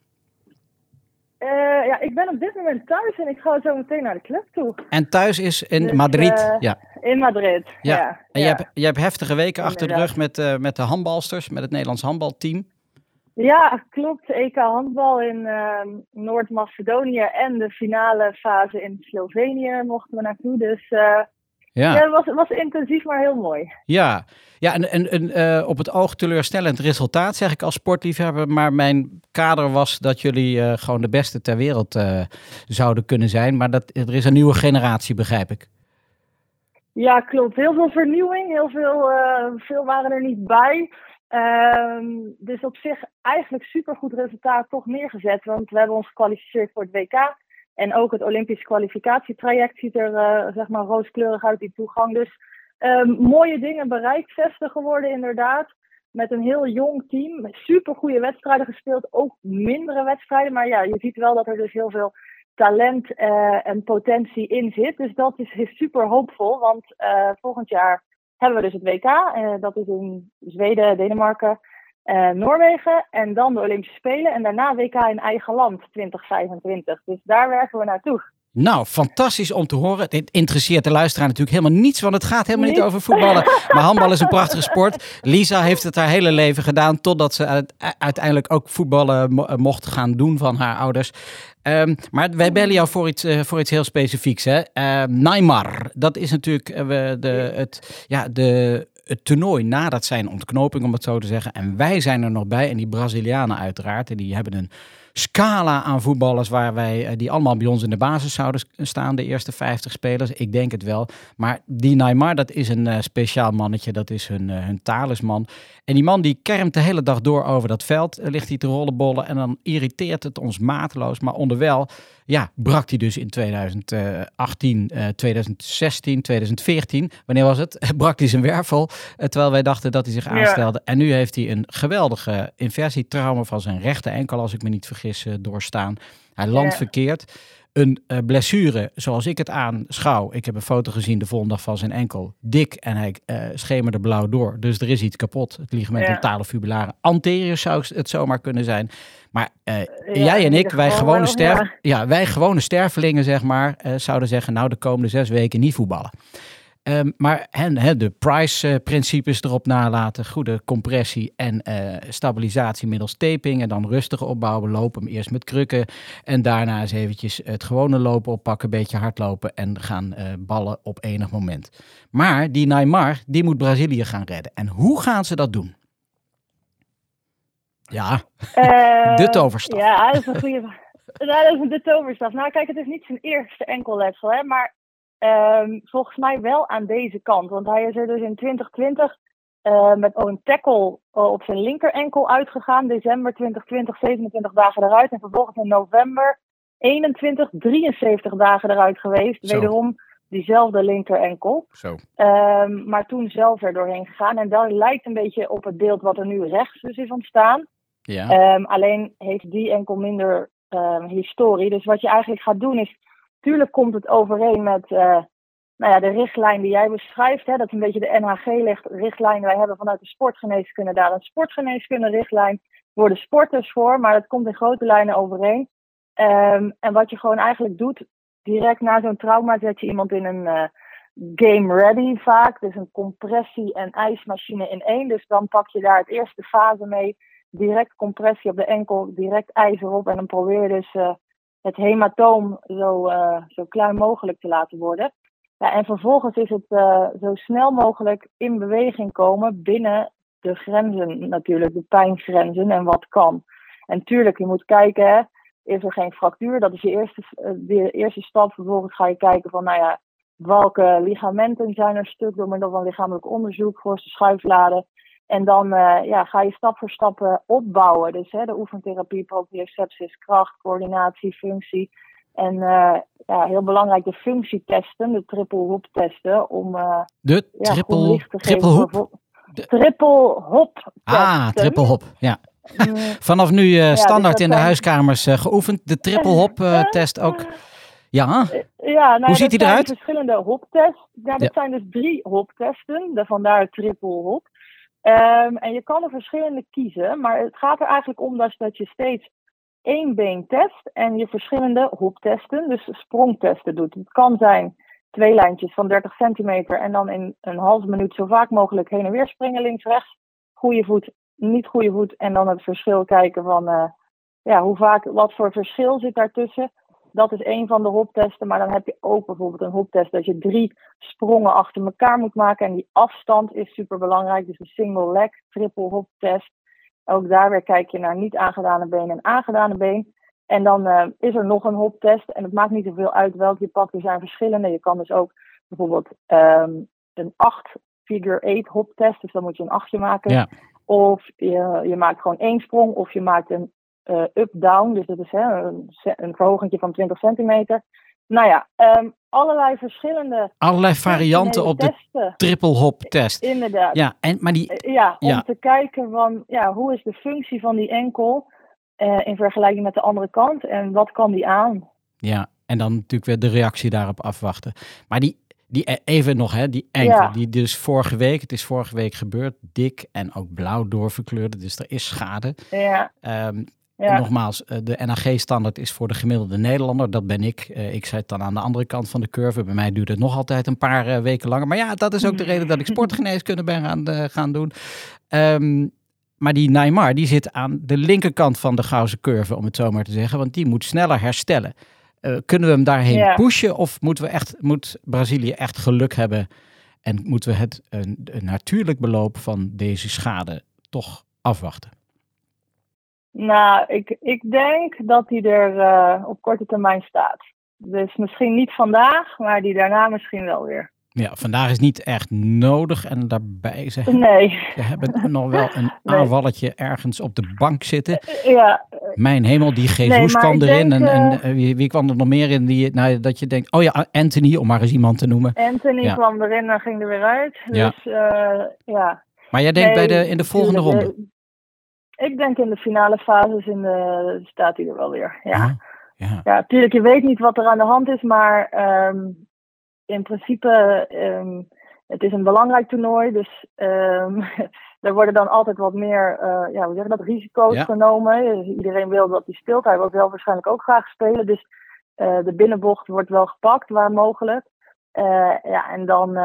Ik ben op dit moment thuis en ik ga zo meteen naar de club toe. En thuis is in Madrid? Ja. In Madrid, ja. En je hebt heftige weken achter de rug met de handbalsters, met het Nederlands handbalteam. Ja, klopt. EK handbal in Noord-Macedonië en de finale fase in Slovenië mochten we naartoe. Dus het was intensief, maar heel mooi. Ja, en op het oog teleurstellend resultaat, zeg ik als sportliefhebber. Maar mijn kader was dat jullie gewoon de beste ter wereld zouden kunnen zijn. Maar er is een nieuwe generatie, begrijp ik. Ja, klopt. Heel veel vernieuwing. Heel veel waren er niet bij. Dus op zich eigenlijk supergoed resultaat toch neergezet. Want we hebben ons gekwalificeerd voor het WK. En ook het Olympisch kwalificatietraject ziet er rooskleurig uit, die toegang. Dus mooie dingen bereikt, 60 geworden inderdaad. Met een heel jong team. Met supergoeie wedstrijden gespeeld. Ook mindere wedstrijden. Maar ja, je ziet wel dat er dus heel veel talent en potentie in zit. Dus dat is super hoopvol. Want volgend jaar hebben we dus het WK. Dat is in Zweden, Denemarken, Noorwegen. En dan de Olympische Spelen. En daarna WK in eigen land 2025. Dus daar werken we naartoe. Nou, fantastisch om te horen. Het interesseert de luisteraar natuurlijk helemaal niets, want het gaat helemaal niet over voetballen. Maar handbal is een prachtige sport. Lisa heeft het haar hele leven gedaan, totdat ze uiteindelijk ook voetballen mocht gaan doen van haar ouders. Maar wij bellen jou voor iets heel specifieks. Hè? Neymar, dat is natuurlijk het toernooi nadat zijn ontknoping, om het zo te zeggen. En wij zijn er nog bij. En die Brazilianen uiteraard. En die hebben een scala aan voetballers die allemaal bij ons in de basis zouden staan. De eerste 50 spelers. Ik denk het wel. Maar die Neymar, dat is een speciaal mannetje. Dat is hun talisman. En die man die kermt de hele dag door over dat veld. Ligt hij te rollenbollen. En dan irriteert het ons mateloos. Maar onderwijl brak hij dus in 2018, 2016, 2014. Wanneer was het? Brak hij zijn wervel. Terwijl wij dachten dat hij zich aanstelde. En nu heeft hij een geweldige inversietrauma van zijn rechter enkel, als ik me niet vergis, doorstaan. Hij landt verkeerd. Een blessure, zoals ik het aanschouw. Ik heb een foto gezien de volgende dag van zijn enkel. Dik en hij schemerde blauw door. Dus er is iets kapot. Het ligament talo-fibulare anterior zou het zomaar kunnen zijn. Maar jij en ik, wij gewone stervelingen, zeg maar, zouden zeggen, nou, de komende 6 weken niet voetballen. Maar de Price-principes erop nalaten, goede compressie en stabilisatie middels taping en dan rustige opbouwen, lopen eerst met krukken en daarna eens eventjes het gewone lopen oppakken, een beetje hardlopen en gaan ballen op enig moment. Maar die Neymar, die moet Brazilië gaan redden. En hoe gaan ze dat doen? Ja, de toverstaf. Ja, dat is een goede vraag. Dat is de toverstaf. Nou kijk, het is niet zijn eerste enkelletsel, hè, maar volgens mij wel aan deze kant. Want hij is er dus in 2020 met een tackle op zijn linker enkel uitgegaan. December 2020, 27 dagen eruit. En vervolgens in november 21, 73 dagen eruit geweest. Zo. Wederom diezelfde linker enkel. Zo. Maar toen zelf er doorheen gegaan. En dat lijkt een beetje op het beeld wat er nu rechts dus is ontstaan. Ja. Alleen heeft die enkel minder historie. Dus wat je eigenlijk gaat doen is, tuurlijk komt het overeen met de richtlijn die jij beschrijft. Hè, dat is een beetje de NHG-richtlijn. Wij hebben vanuit de sportgeneeskunde daar een sportgeneeskunde-richtlijn voor de sporters voor. Maar dat komt in grote lijnen overeen. En wat je gewoon eigenlijk doet, direct na zo'n trauma zet je iemand in een game ready vaak. Dus een compressie- en ijsmachine in één. Dus dan pak je daar het eerste fase mee. Direct compressie op de enkel, direct ijs erop. En dan probeer je dus het hematoom zo klein mogelijk te laten worden. Ja, en vervolgens is het zo snel mogelijk in beweging komen binnen de grenzen natuurlijk, de pijngrenzen en wat kan. En tuurlijk, je moet kijken, hè, is er geen fractuur? Dat is de eerste stap. Vervolgens ga je kijken van, welke ligamenten zijn er stuk door middel van lichamelijk onderzoek, voorste schuifladen. En dan ga je stap voor stap opbouwen. Dus de oefentherapie, proprioceptie, kracht, coördinatie, functie. En heel belangrijk de functietesten, de triple hop testen. Om de triple hop? Triple hop testen. Triple hop, ja. Vanaf nu standaard dus in de huiskamers geoefend. De triple hop test ook. Ja, hoe ziet hij eruit? Verschillende hoptests. Ja, dat zijn dus 3 hoptesten. Vandaar triple hop. En je kan er verschillende kiezen. Maar het gaat er eigenlijk om dat je steeds 1 been test. En je verschillende hoptesten, dus sprongtesten doet. Het kan zijn 2 lijntjes van 30 centimeter. En dan in een halve minuut zo vaak mogelijk heen en weer springen. Links, rechts. Goede voet, niet goede voet. En dan het verschil kijken van hoe vaak, wat voor verschil zit daartussen. Dat is 1 van de hoptesten, maar dan heb je ook bijvoorbeeld een hoptest dat je 3 sprongen achter elkaar moet maken. En die afstand is super belangrijk, dus een single leg, triple hoptest. Ook daar weer kijk je naar niet aangedane been en aangedane been. En dan is er nog een hoptest en het maakt niet zoveel uit welke je pakt. Er zijn verschillende. Je kan dus ook bijvoorbeeld een 8 figure 8 hoptest, dus dan moet je een 8 maken. Ja. Of je maakt gewoon 1 sprong of je maakt een up-down, dus dat is een verhoging van 20 centimeter. Nou ja, allerlei verschillende... Allerlei varianten op testen. De triple hop test. Inderdaad. Ja, om te kijken van, hoe is de functie van die enkel in vergelijking met de andere kant en wat kan die aan? Ja, en dan natuurlijk weer de reactie daarop afwachten. Maar die even nog, die enkel, die dus vorige week gebeurd, dik en ook blauw doorverkleurde, dus er is schade. Ja. Nogmaals, de NAG-standaard is voor de gemiddelde Nederlander. Dat ben ik. Ik zit dan aan de andere kant van de curve. Bij mij duurt het nog altijd een paar weken langer. Maar ja, dat is ook de reden dat ik sportgeneeskunde ben gaan doen. Maar die Neymar, die zit aan de linkerkant van de Gauwse curve, om het zo maar te zeggen. Want die moet sneller herstellen. Kunnen we hem daarheen pushen? Of moet Brazilië echt geluk hebben? En moeten we het een natuurlijk beloop van deze schade toch afwachten? Nou, ik denk dat hij er op korte termijn staat. Dus misschien niet vandaag, maar die daarna misschien wel weer. Ja, vandaag is niet echt nodig. En daarbij, ze hebben nog wel een aanvalletje ergens op de bank zitten. Ja. Mijn hemel, die Jesus kwam erin. En wie kwam er nog meer in? Dat je denkt, Anthony, om maar eens iemand te noemen. Anthony kwam erin en ging er weer uit. Dus Maar jij denkt in de volgende ronde? Ik denk in de finale fases staat hij er wel weer. Ja, natuurlijk, je weet niet wat er aan de hand is, maar in principe, het is een belangrijk toernooi, dus er worden dan altijd wat meer, risico's genomen. Iedereen wil dat hij speelt, hij wil zelf waarschijnlijk ook graag spelen, dus de binnenbocht wordt wel gepakt waar mogelijk. En dan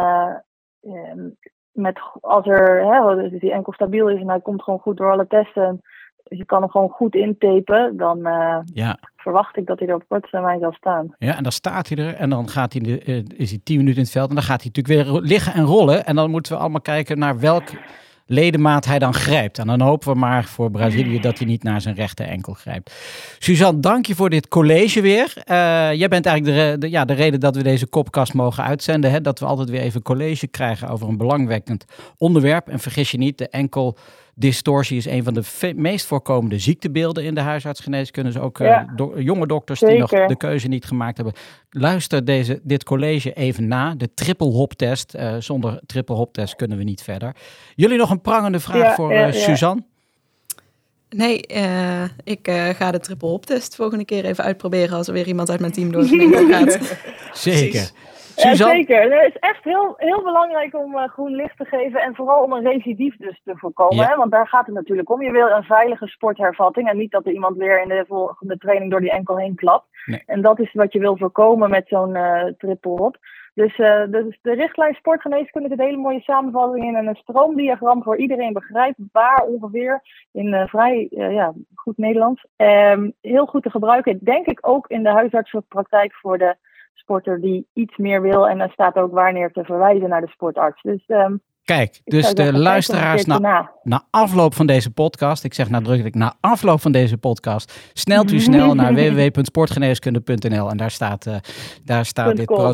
als die enkel stabiel is en hij komt gewoon goed door alle testen, dus je kan hem gewoon goed intapen, dan verwacht ik dat hij er op korte termijn zal staan. Ja, en dan staat hij er en dan gaat hij is hij 10 minuten in het veld en dan gaat hij natuurlijk weer liggen en rollen. En dan moeten we allemaal kijken naar welk ledemaat hij dan grijpt. En dan hopen we maar voor Brazilië dat hij niet naar zijn rechter enkel grijpt. Suzanne, dank je voor dit college weer. Jij bent eigenlijk de reden dat we deze kopkast mogen uitzenden. Hè? Dat we altijd weer even college krijgen over een belangwekkend onderwerp. En vergis je niet, de enkeldistorsie is een van de meest voorkomende ziektebeelden in de huisartsgeneeskunde. Dus ook jonge dokters die nog de keuze niet gemaakt hebben. Luister dit college even na. De triple hop test. Zonder triple hop test kunnen we niet verder. Jullie nog een prangende vraag voor Suzanne? Nee, ik ga de triple hop test volgende keer even uitproberen als er weer iemand uit mijn team door zijn enkel gaat. Zeker. Zeker. Het is echt heel, heel belangrijk om groen licht te geven en vooral om een recidief dus te voorkomen. Hè? Want daar gaat het natuurlijk om. Je wil een veilige sporthervatting en niet dat er iemand weer in de volgende training door die enkel heen klapt. Nee. En dat is wat je wil voorkomen met zo'n triple hop. Dus de richtlijn sportgeneeskunde zit een hele mooie samenvatting in en een stroomdiagram voor iedereen begrijpbaar ongeveer in vrij goed Nederlands. Heel goed te gebruiken, denk ik ook in de huisartsenpraktijk voor de sporter die iets meer wil. En er staat ook wanneer te verwijzen naar de sportarts. Dus Kijk, dus de luisteraars na afloop van deze podcast, ik zeg nadrukkelijk na afloop van deze podcast, snelt u snel naar www.sportgeneeskunde.nl en daar staat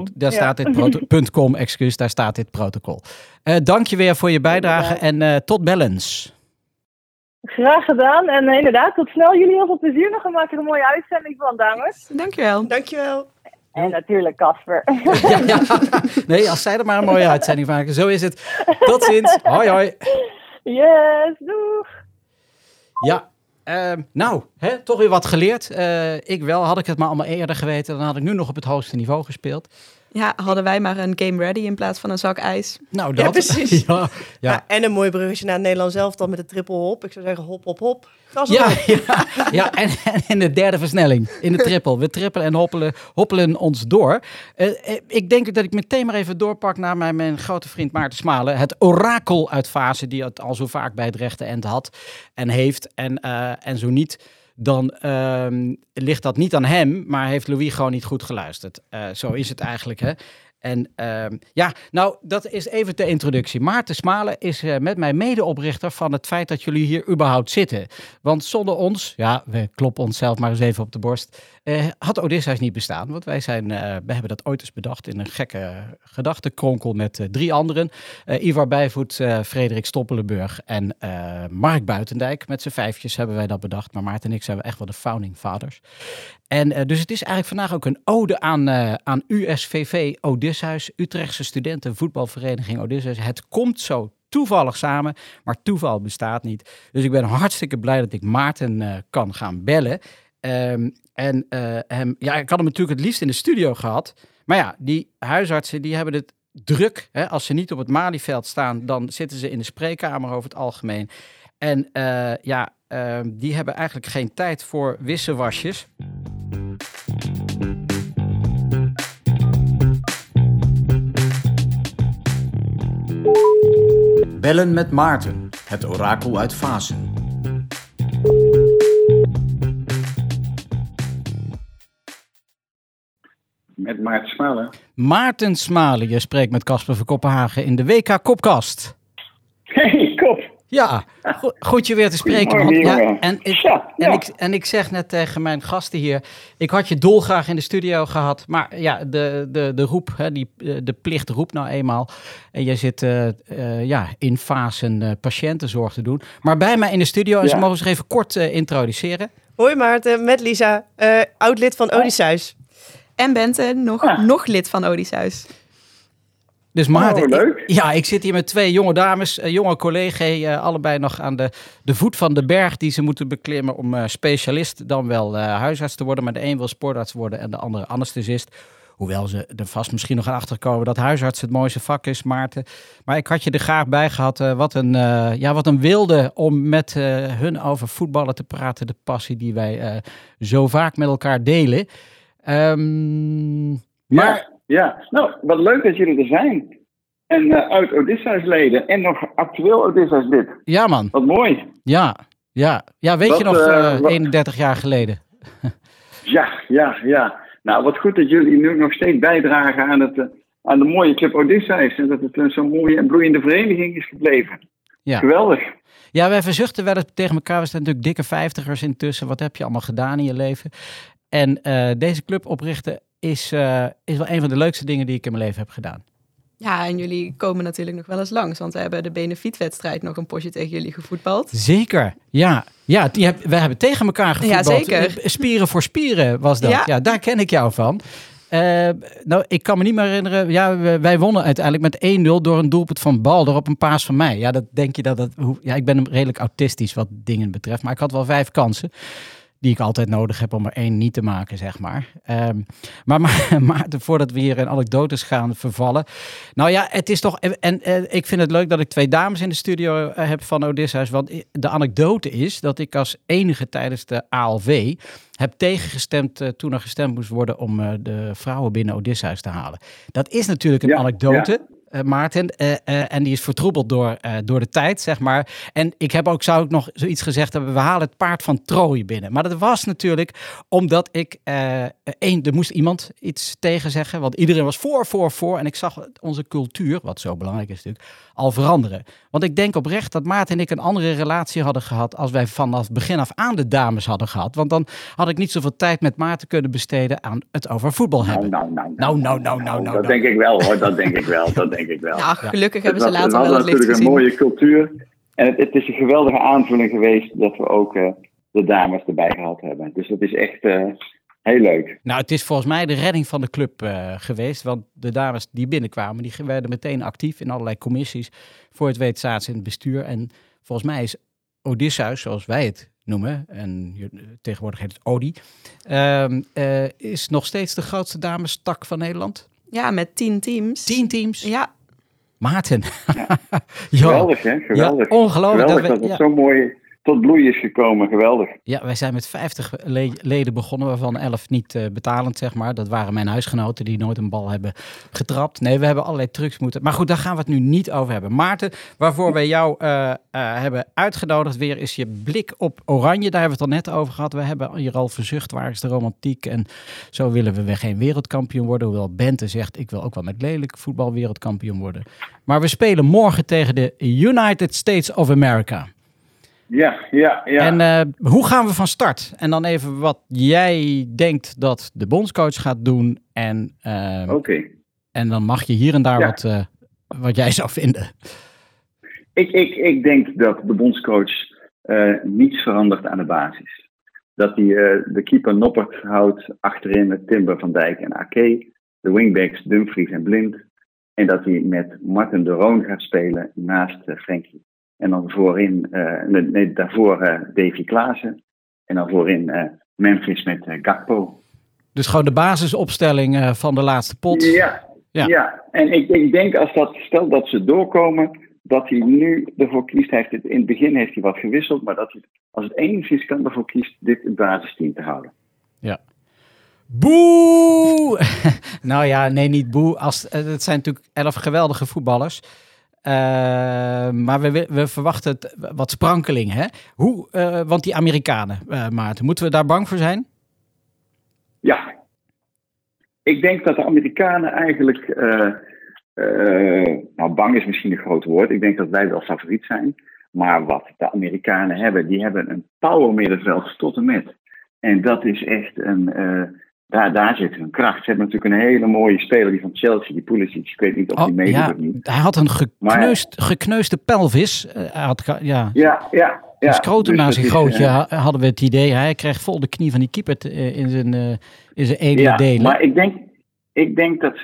dit protocol. Dank je weer voor je bijdrage en tot bellens. Graag gedaan en inderdaad, tot snel. Jullie heel veel plezier nog en maak er een mooie uitzending van, dames. Dankjewel. En natuurlijk Casper. Ja. Nee, als zij er maar een mooie uitzending maken. Zo is het. Tot ziens. Hoi, hoi. Yes, doeg. Ja, toch weer wat geleerd. Ik wel. Had ik het maar allemaal eerder geweten, dan had ik nu nog op het hoogste niveau gespeeld. Ja, hadden wij maar een game ready in plaats van een zak ijs. Nou, dat. Ja, precies. Ja. En een mooi bruggetje naar Nederland zelf dan met de triple hop. Ik zou zeggen hop, hop, hop. Ja, en in de derde versnelling, in de triple. We trippelen en hoppelen ons door. Ik denk dat ik meteen maar even doorpak naar mijn grote vriend Maarten Smalen. Het orakel uit Vaassen, die het al zo vaak bij het rechte eind had en heeft. En zo niet, dan ligt dat niet aan hem, maar heeft Louis gewoon niet goed geluisterd. Zo is het eigenlijk, hè. En dat is even de introductie. Maarten Smalen is met mij medeoprichter van het feit dat jullie hier überhaupt zitten. Want zonder ons, we kloppen onszelf maar eens even op de borst, had Odysseus niet bestaan. Want we hebben dat ooit eens bedacht in een gekke gedachtenkronkel met 3 anderen. Ivar Bijvoet, Frederik Stoppelenburg en Mark Buitendijk. Met z'n 5 hebben wij dat bedacht. Maar Maarten en ik zijn echt wel de founding fathers. En dus het is eigenlijk vandaag ook een ode aan USVV Odysseus, Utrechtse Studenten Voetbalvereniging Odysseus. Het komt zo toevallig samen, maar toeval bestaat niet. Dus ik ben hartstikke blij dat ik Maarten kan gaan bellen. Ik had hem natuurlijk het liefst in de studio gehad. Maar ja, die huisartsen die hebben het druk. Hè? Als ze niet op het Malieveld staan, dan zitten ze in de spreekkamer over het algemeen. En die hebben eigenlijk geen tijd voor wisselwasjes. Bellen met Maarten, het orakel uit Vaassen. Met Maarten Smalen. Maarten Smalen, je spreekt met Casper van Kopenhagen in de WK Kopkast. Hey, Kop. Ja, goed je weer te spreken. Ik zeg net tegen mijn gasten hier, ik had je dolgraag in de studio gehad, maar ja, de roep, de plicht roept nou eenmaal. En jij zit in Vaassen patiëntenzorg te doen. Maar bij mij in de studio, en ze mogen zich even kort introduceren. Hoi Maarten, met Lisa, oud-lid van Odysseus. En Bente, nog lid van Odysseus. Dus Maarten, leuk. Ik zit hier met 2 jonge dames, jonge collega's, allebei nog aan de voet van de berg die ze moeten beklimmen om specialist, dan wel huisarts te worden. Maar de een wil sportarts worden en de andere anesthesist. Hoewel ze er vast misschien nog aan achterkomen dat huisarts het mooiste vak is, Maarten. Maar ik had je er graag bij gehad. Wat een wilde om met hun over voetballen te praten. De passie die wij zo vaak met elkaar delen. Nou, wat leuk dat jullie er zijn. En uit Odysseus-leden en nog actueel Odysseus-lid. Ja, man. Wat mooi. Ja, weet je nog 31 jaar geleden? Ja. Nou, wat goed dat jullie nu nog steeds bijdragen aan de mooie Club Odysseus. En dat het zo'n mooie en bloeiende vereniging is gebleven. Ja. Geweldig. Ja, wij verzuchten wel eens tegen elkaar. We zijn natuurlijk dikke 50ers intussen. Wat heb je allemaal gedaan in je leven? En deze club oprichten is wel een van de leukste dingen die ik in mijn leven heb gedaan. Ja, en jullie komen natuurlijk nog wel eens langs, want we hebben de benefietwedstrijd nog een potje tegen jullie gevoetbald. Zeker, ja. We hebben tegen elkaar gevoetbald. Ja, zeker. Spieren voor spieren was dat. Ja, daar ken ik jou van. Ik kan me niet meer herinneren. Ja, wij wonnen uiteindelijk met 1-0 door een doelpunt van Balder op een paas van mij. Ja, dat denk je ik ben redelijk autistisch wat dingen betreft, maar ik had wel 5 kansen. Die ik altijd nodig heb om er 1 niet te maken, zeg maar. Maar voordat we hier in anekdotes gaan vervallen. Nou ja, het is toch... En ik vind het leuk dat ik 2 dames in de studio heb van Odysseus. Want de anekdote is dat ik als enige tijdens de ALV heb tegengestemd toen er gestemd moest worden om de vrouwen binnen Odysseus te halen. Dat is natuurlijk een anekdote. Maarten. En die is vertroebeld door de tijd, zeg maar. En zou ik nog zoiets gezegd hebben, we halen het paard van Troje binnen. Maar dat was natuurlijk omdat ik... er moest iemand iets tegen zeggen, want iedereen was voor. En ik zag onze cultuur, wat zo belangrijk is natuurlijk, al veranderen. Want ik denk oprecht dat Maarten en ik een andere relatie hadden gehad als wij vanaf begin af aan de dames hadden gehad. Want dan had ik niet zoveel tijd met Maarten kunnen besteden aan het over voetbal hebben. Nou. Dat denk ik wel hoor, dat denk ik wel. Ja, gelukkig hebben ze later wel het licht gezien. Het is natuurlijk een mooie cultuur. En het is een geweldige aanvulling geweest dat we ook de dames erbij gehad hebben. Dus dat is echt heel leuk. Nou, het is volgens mij de redding van de club geweest. Want de dames die binnenkwamen, die werden meteen actief in allerlei commissies. Voor het weet zaten ze in het bestuur. En volgens mij is Odysseus, zoals wij het noemen, en tegenwoordig heet het Odi, is nog steeds de grootste damestak van Nederland. Ja, met 10 teams. 10 teams? Ja. Maarten. Ja. Geweldig, hè? Geweldig. Ja, ongelooflijk. Geweldig dat het zo mooi tot bloei is gekomen. Geweldig. Ja, wij zijn met 50 leden begonnen, waarvan 11 niet betalend, zeg maar. Dat waren mijn huisgenoten die nooit een bal hebben getrapt. Nee, we hebben allerlei trucs moeten... Maar goed, daar gaan we het nu niet over hebben. Maarten, waarvoor wij jou hebben uitgenodigd weer, is je blik op Oranje. Daar hebben we het al net over gehad. We hebben hier al verzucht, waar is de romantiek? En zo willen we weer geen wereldkampioen worden. Hoewel Bente zegt, ik wil ook wel met lelijk voetbal wereldkampioen worden. Maar we spelen morgen tegen de United States of America. Ja. En hoe gaan we van start? En dan even wat jij denkt dat de bondscoach gaat doen. En, en dan mag je hier en daar wat jij zou vinden. Ik denk dat de bondscoach niets verandert aan de basis. Dat hij de keeper Noppert houdt achterin met Timber, Van Dijk en Ake. De wingbacks Dumfries en Blind. En dat hij met Martin de Roon gaat spelen naast Frenkie. En dan voorin, daarvoor Davy Klaassen. En dan voorin Memphis met Gakpo. Dus gewoon de basisopstelling van de laatste pot. Ja. En ik denk stel dat ze doorkomen, dat hij nu ervoor kiest. In het begin heeft hij wat gewisseld, maar dat hij, als het enigszins kan, ervoor kiest dit het basisteam te houden. Ja. Boe! Nou ja, nee, niet boe. Het zijn natuurlijk 11 geweldige voetballers. Maar we verwachten wat sprankeling, hè? Want die Amerikanen, Maarten, moeten we daar bang voor zijn? Ja. Ik denk dat de Amerikanen eigenlijk... bang is misschien een groot woord. Ik denk dat wij wel favoriet zijn. Maar wat de Amerikanen hebben, die hebben een power middenveld tot en met. En dat is echt een... Daar zit hun kracht. Ze hebben natuurlijk een hele mooie speler, die van Chelsea, die Pulisic. Ik weet niet of die meedoet of niet. Hij had een gekneusde pelvis. Scrotum naar zijn grootje, hadden we het idee. Hij kreeg vol de knie van die keeper in zijn edele delen. Maar ik denk dat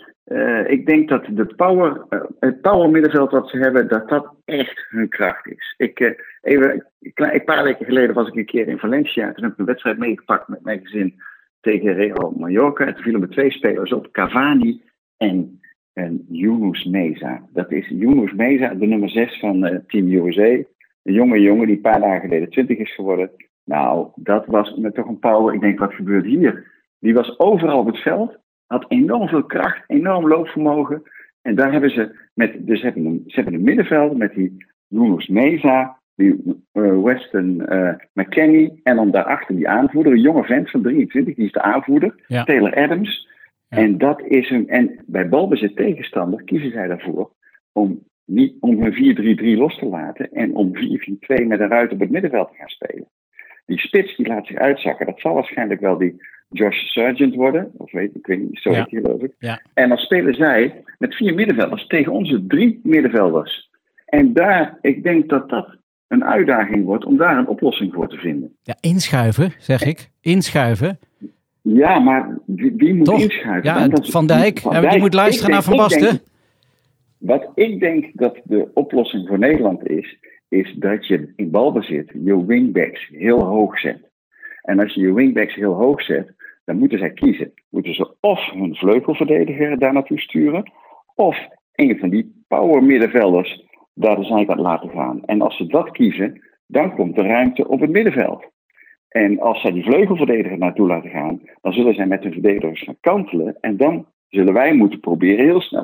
het power middenveld wat ze hebben, dat echt hun kracht is. Een paar weken geleden was ik een keer in Valencia. Toen heb ik een wedstrijd meegepakt met mijn gezin tegen Real Mallorca. En toen vielen me 2 spelers op, Cavani en Yunus Meza. Dat is Yunus Meza, de nummer 6 van Team USA. Een jonge jongen die een paar dagen geleden 20 is geworden. Nou, dat was met toch een power. Ik denk, wat gebeurt hier? Die was overal op het veld. Had enorm veel kracht, enorm loopvermogen. En daar hebben ze ze hebben een middenveld met die Yunus Meza, die Weston McKennie en dan daarachter die aanvoerder, een jonge vent van 23, die is de aanvoerder, Taylor Adams. Ja. En dat is hem. En bij balbezit tegenstander kiezen zij daarvoor om hun 4-3-3 los te laten en om 4-4-2 met een ruit op het middenveld te gaan spelen. Die spits die laat zich uitzakken. Dat zal waarschijnlijk wel die Josh Sargent worden. Of ik weet niet, zo heet hij geloof ik. Ja. En dan spelen zij met 4 middenvelders tegen onze 3 middenvelders. En ik denk dat een uitdaging wordt om daar een oplossing voor te vinden. Ja, inschuiven, zeg ik. Inschuiven. Ja, maar wie moet inschuiven? Ja, Van Dijk. Die moet luisteren naar Van Basten. Wat ik denk dat de oplossing voor Nederland is dat je in balbezit je wingbacks heel hoog zet. En als je je wingbacks heel hoog zet, dan moeten zij kiezen. Moeten ze of hun vleugelverdediger daar naartoe sturen, of een van die power middenvelders daar de zijkant laten gaan. En als ze dat kiezen, dan komt er ruimte op het middenveld. En als zij die vleugelverdediger naartoe laten gaan, dan zullen zij met hun verdedigers gaan kantelen. En dan zullen wij moeten proberen heel snel het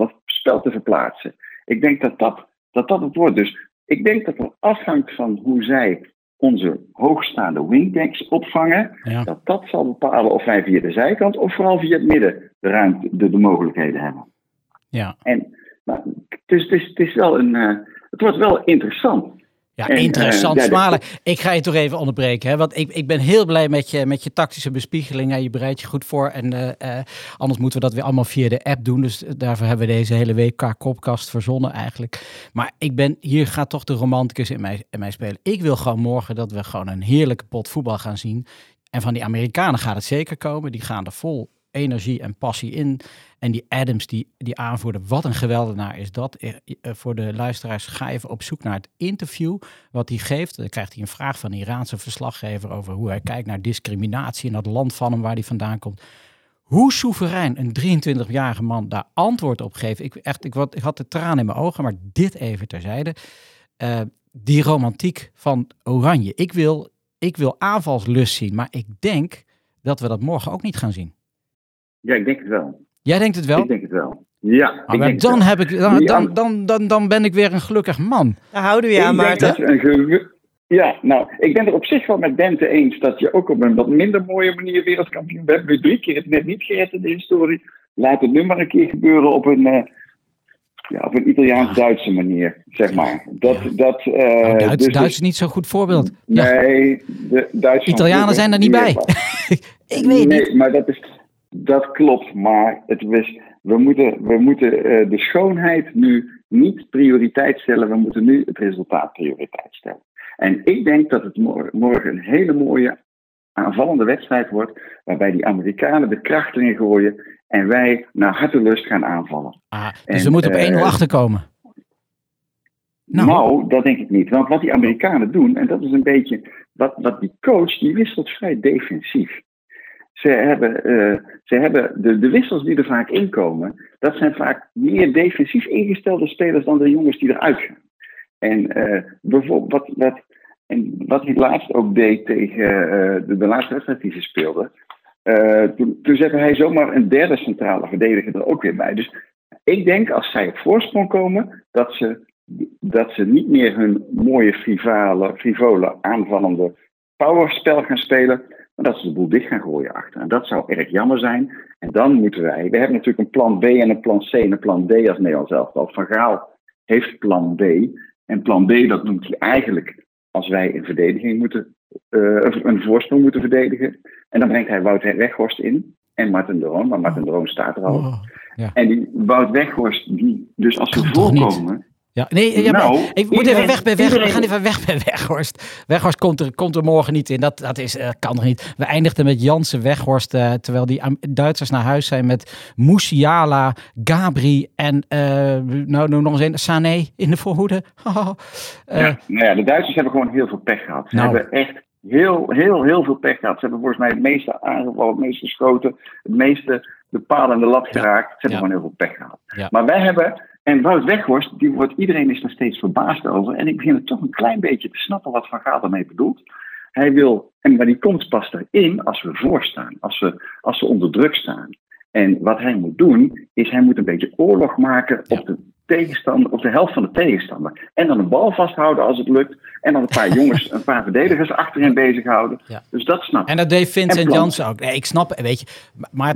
spel te verplaatsen. Ik denk dat het wordt. Dus ik denk dat het afhangt van hoe zij onze hoogstaande wingbacks opvangen. Ja. Dat zal bepalen of wij via de zijkant of vooral via het midden de mogelijkheden hebben. Ja. En het is wel het wordt wel interessant. Ja, interessant. Smalen. Ik ga je toch even onderbreken. Hè? Want ik ben heel blij met je tactische bespiegelingen. Je bereidt je goed voor. En anders moeten we dat weer allemaal via de app doen. Dus daarvoor hebben we deze hele WK-kopkast verzonnen eigenlijk. Maar hier gaat toch de romanticus in mij spelen. Ik wil gewoon morgen dat we gewoon een heerlijke pot voetbal gaan zien. En van die Amerikanen gaat het zeker komen. Die gaan er vol energie en passie in. En die Adams, die aanvoerder, wat een geweldenaar is dat. Voor de luisteraars, ga even op zoek naar het interview wat hij geeft. Dan krijgt hij een vraag van een Iraanse verslaggever over hoe hij kijkt naar discriminatie in dat land van hem waar hij vandaan komt. Hoe soeverein een 23-jarige man daar antwoord op geeft. Ik had de tranen in mijn ogen, maar dit even terzijde. Die romantiek van Oranje. Ik wil aanvalslust zien, maar ik denk dat we dat morgen ook niet gaan zien. Ja, ik denk het wel. Jij denkt het wel? Ik denk het wel. Ja. Dan ben ik weer een gelukkig man. Daar houden we je aan, Maarten. Ja, nou, ik ben er op zich wel met Bente eens dat je ook op een wat minder mooie manier wereldkampioen bent. We hebben 3 keer het net niet gered in de historie. Laat het nu maar een keer gebeuren op een Italiaans-Duitse manier, zeg maar. Duits is niet zo'n goed voorbeeld. Nee, de Duitsers... Italianen zijn er niet bij. Ik weet niet. Maar dat klopt, maar we moeten de schoonheid nu niet prioriteit stellen. We moeten nu het resultaat prioriteit stellen. En ik denk dat het morgen een hele mooie aanvallende wedstrijd wordt, waarbij die Amerikanen de kracht erin gooien en wij naar hartelust gaan aanvallen. Dus we moeten op 1-0 achterkomen. Nou, dat denk ik niet. Want wat die Amerikanen doen, en dat is een beetje wat die coach, die wisselt vrij defensief. Ze hebben de wissels die er vaak inkomen, dat zijn vaak meer defensief ingestelde spelers dan de jongens die eruit gaan. En bijvoorbeeld wat hij laatst ook deed tegen de laatste wedstrijd die ze speelden, toen zette hij zomaar een derde centrale verdediger er ook weer bij. Dus ik denk als zij op voorsprong komen, dat ze niet meer hun mooie frivole aanvallende powerspel gaan spelen, maar dat ze de boel dicht gaan gooien achter. En dat zou erg jammer zijn. En dan moeten we hebben natuurlijk een plan B en een plan C en een plan D als Nederlands elftal. Van Gaal heeft plan B. En plan B, dat noemt hij eigenlijk als wij een verdediging een voorsprong moeten verdedigen. En dan brengt hij Wout Weghorst in en Marten de Roon. Maar Marten de Roon staat er al. Ja. En die Wout Weghorst, die dus als we voorkomen... Ja, ik moet even weg bij Weghorst. We gaan even weg bij Weghorst. Weghorst komt er morgen niet in. Dat kan nog niet. We eindigden met Jansen Weghorst, terwijl die Duitsers naar huis zijn met Musiala, Gabri en nog eens een Sané in de voorhoede. De Duitsers hebben gewoon heel veel pech gehad. Ze hebben echt heel veel pech gehad. Ze hebben volgens mij het meeste aangevallen, het meeste geschoten, het meeste de paal en de lat geraakt. Ze hebben gewoon heel veel pech gehad. Ja. Maar wij hebben... En Wout Weghorst, iedereen is er steeds verbaasd over. En ik begin het toch een klein beetje te snappen wat Van Gaal daarmee bedoelt. Maar die komt pas erin als we voorstaan, als we onder druk staan. En wat hij moet doen, is hij moet een beetje oorlog maken op de tegenstander, op de helft van de tegenstander. En dan de bal vasthouden als het lukt. En dan een paar verdedigers achterin bezighouden. Ja. Dus dat snap ik. En dat deed Vincent Janssen ook. Nee, ik snap, weet je. Maar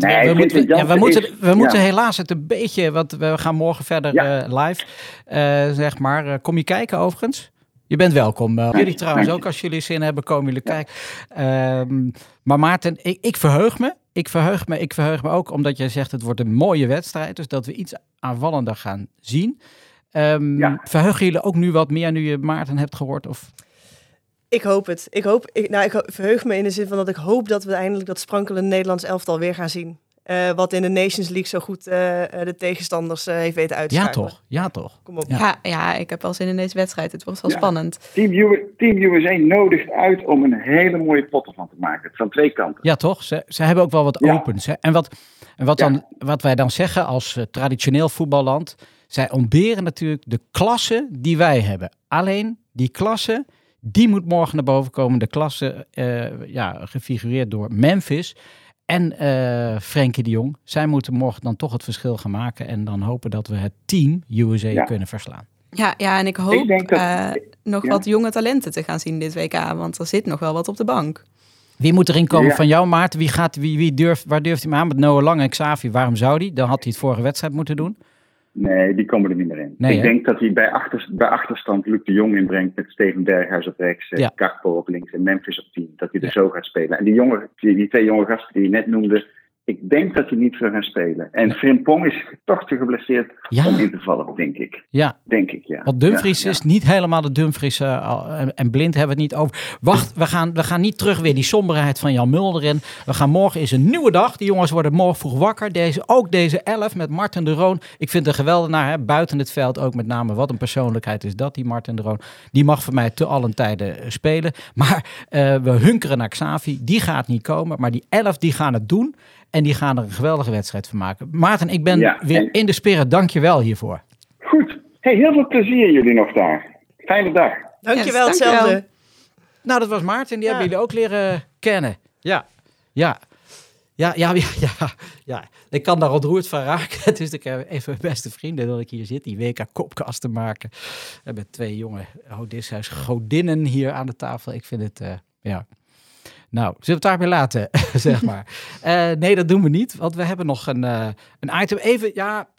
we moeten helaas het een beetje, want we gaan morgen verder live, zeg maar. Kom je kijken overigens? Je bent welkom. Jullie trouwens ook, als jullie zin hebben, komen jullie kijken. Maar Maarten, ik verheug me. Ik verheug me ook omdat jij zegt het wordt een mooie wedstrijd. Dus dat we iets aanvallender gaan zien. Verheugen jullie ook nu wat meer nu je Maarten hebt gehoord? Of? Ik hoop het. Ik verheug me in de zin van dat ik hoop dat we eindelijk dat sprankelende Nederlands elftal weer gaan zien. Wat in de Nations League zo goed de tegenstanders heeft weten uitschakelen. Ja, toch. Kom op. Ja, ik heb wel zin in deze wedstrijd. Het wordt wel spannend. Team USA nodigt uit om een hele mooie pot ervan te maken. Van 2 kanten. Ja, toch? Ze hebben ook wel wat opens. Hè? En wat wij dan zeggen als traditioneel voetballand, zij ontberen natuurlijk de klasse die wij hebben. Alleen die klasse, die moet morgen naar boven komen. De klasse gefigureerd door Memphis. en Frenkie de Jong. Zij moeten morgen dan toch het verschil gaan maken. En dan hopen dat we het team USA kunnen verslaan. Ja, en ik hoop wat jonge talenten te gaan zien dit WK. Want er zit nog wel wat op de bank. Wie moet erin komen van jou, Maarten? Waar durft hij me aan? Met Noah Lang en Xavi, waarom zou die? Dan had hij het vorige wedstrijd moeten doen. Nee, die komen er niet meer in. Ik denk dat hij bij achterstand Luc de Jong inbrengt met Steven Berghuis op rechts, Gakpo op links en Memphis op 10. Dat hij er zo gaat spelen. En die twee jonge gasten die je net noemde, ik denk dat hij niet veel gaan spelen. En Frimpong is toch te geblesseerd om in te vallen, denk ik. Ja. Denk ik, ja. Want Dumfries is niet helemaal de Dumfries en Blind hebben we het niet over. Wacht, we gaan niet terug weer die somberheid van Jan Mulder in. We gaan morgen is een nieuwe dag. Die jongens worden morgen vroeg wakker. Deze 11 met Marten de Roon. Ik vind het een geweldenaar, buiten het veld ook met name. Wat een persoonlijkheid is dat, die Marten de Roon. Die mag voor mij te allen tijden spelen. Maar we hunkeren naar Xavi. Die gaat niet komen. Maar die 11 die gaan het doen. En die gaan er een geweldige wedstrijd van maken. Maarten, ik ben weer in de spirit. Dank je wel hiervoor. Goed. Hey, heel veel plezier jullie nog daar. Fijne dag. Dank je wel, hetzelfde. Nou, dat was Maarten. Die hebben jullie ook leren kennen. Ja. Ik kan daar ontroerd van raken. Dus ik heb even mijn beste vrienden dat ik hier zit. Die WK-kopkast te maken. Met 2 jonge Odysseus godinnen hier aan de tafel. Ik vind het, Nou, zullen we het daarbij laten, zeg maar. Nee, dat doen we niet, want we hebben nog een item. Even,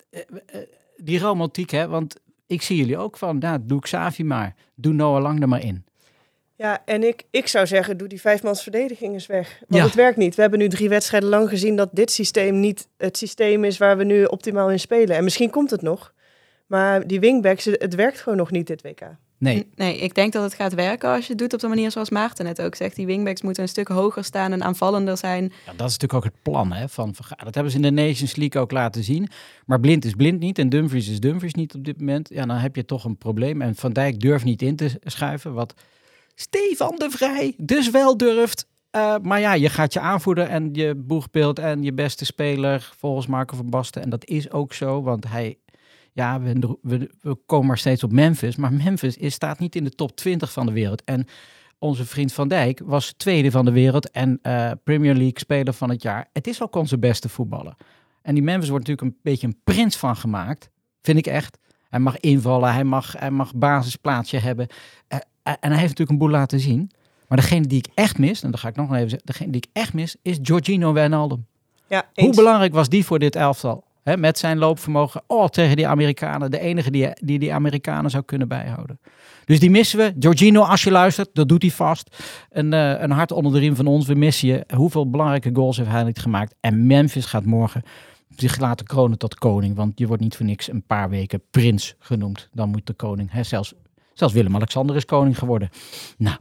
die romantiek, hè, want ik zie jullie ook van, doe Xavi maar. Doe Noah Lang er maar in. Ja, en ik zou zeggen, doe die 5-mansverdediging eens weg. Want het werkt niet. We hebben nu 3 wedstrijden lang gezien dat dit systeem niet het systeem is waar we nu optimaal in spelen. En misschien komt het nog. Maar die wingbacks, het werkt gewoon nog niet dit WK. Nee, ik denk dat het gaat werken als je het doet op de manier zoals Maarten net ook zegt. Die wingbacks moeten een stuk hoger staan en aanvallender zijn. Ja, dat is natuurlijk ook het plan van Van Gaal. Dat hebben ze in de Nations League ook laten zien. Maar Blind is Blind niet en Dumfries is Dumfries niet op dit moment. Ja, dan heb je toch een probleem. En Van Dijk durft niet in te schuiven, wat Stefan de Vrij dus wel durft. Maar ja, je gaat je aanvoerder en je boegbeeld en je beste speler volgens Marco van Basten. En dat is ook zo, want hij... Ja, we komen maar steeds op Memphis. Maar Memphis staat niet in de top 20 van de wereld. En onze vriend Van Dijk was 2e van de wereld. En Premier League speler van het jaar. Het is ook onze beste voetballer. En die Memphis wordt natuurlijk een beetje een prins van gemaakt. Vind ik echt. Hij mag invallen. Hij mag basisplaatsje hebben. En hij heeft natuurlijk een boel laten zien. Maar degene die ik echt mis. En dat ga ik nog even zeggen. Degene die ik echt mis is Georginio Wijnaldum. Ja, hoe belangrijk was die voor dit elftal? Met zijn loopvermogen tegen die Amerikanen. De enige die Amerikanen zou kunnen bijhouden. Dus die missen we. Georginio, als je luistert, dat doet hij vast. Een hart onder de riem van ons. We missen je. Hoeveel belangrijke goals heeft hij niet gemaakt. En Memphis gaat morgen zich laten kronen tot koning. Want je wordt niet voor niks een paar weken prins genoemd. Dan moet de koning. Zelfs Willem-Alexander is koning geworden. Nou,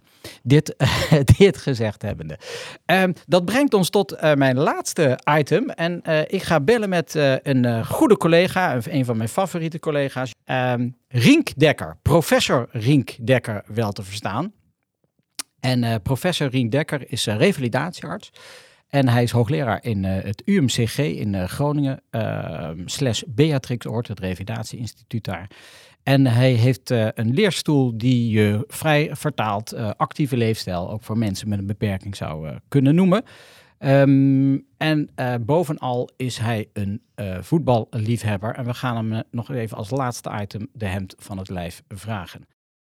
dit gezegd hebbende. Dat brengt ons tot mijn laatste item. En ik ga bellen met een goede collega, een van mijn favoriete collega's. Rienk Dekker, professor Rienk Dekker wel te verstaan. En professor Rienk Dekker is revalidatiearts. En hij is hoogleraar in het UMCG in Groningen, / Beatrixoord, het revalidatieinstituut daar. En hij heeft een leerstoel die je vrij vertaald actieve leefstijl ook voor mensen met een beperking zou kunnen noemen. En bovenal is hij een voetballiefhebber. En we gaan hem nog even als laatste item de hemd van het lijf vragen.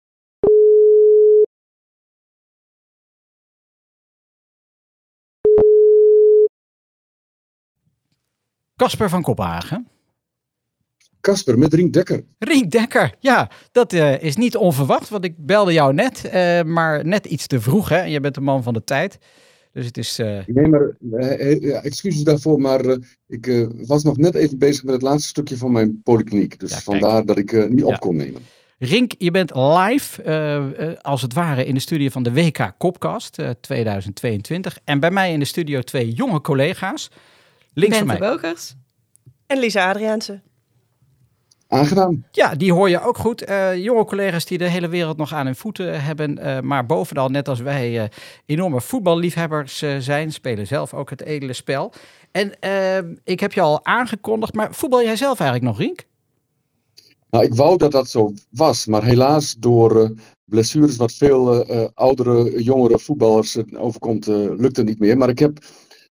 Casper van Kopenhagen. Casper met Rienk Dekker. Rienk Dekker, ja, dat is niet onverwacht, want ik belde jou net, maar net iets te vroeg, hè? En je bent een man van de tijd, dus het is... Nee, maar excuses daarvoor, maar ik was nog net even bezig met het laatste stukje van mijn polykliniek, dus vandaar dat ik niet op kon nemen. Rienk, je bent live, als het ware, in de studio van de WK Kopkast 2022 en bij mij in de studio 2 jonge collega's, links van mij. Bente Bogers. En Lisa Adriaanse. Aangenaam. Ja, die hoor je ook goed. Jonge collega's die de hele wereld nog aan hun voeten hebben. Maar bovenal, net als wij, enorme voetballiefhebbers zijn. Spelen zelf ook het edele spel. En ik heb je al aangekondigd. Maar voetbal jij zelf eigenlijk nog, Rienk? Nou, ik wou dat dat zo was. Maar helaas door blessures wat veel oudere, jongere voetballers overkomt, lukt het niet meer. Maar ik heb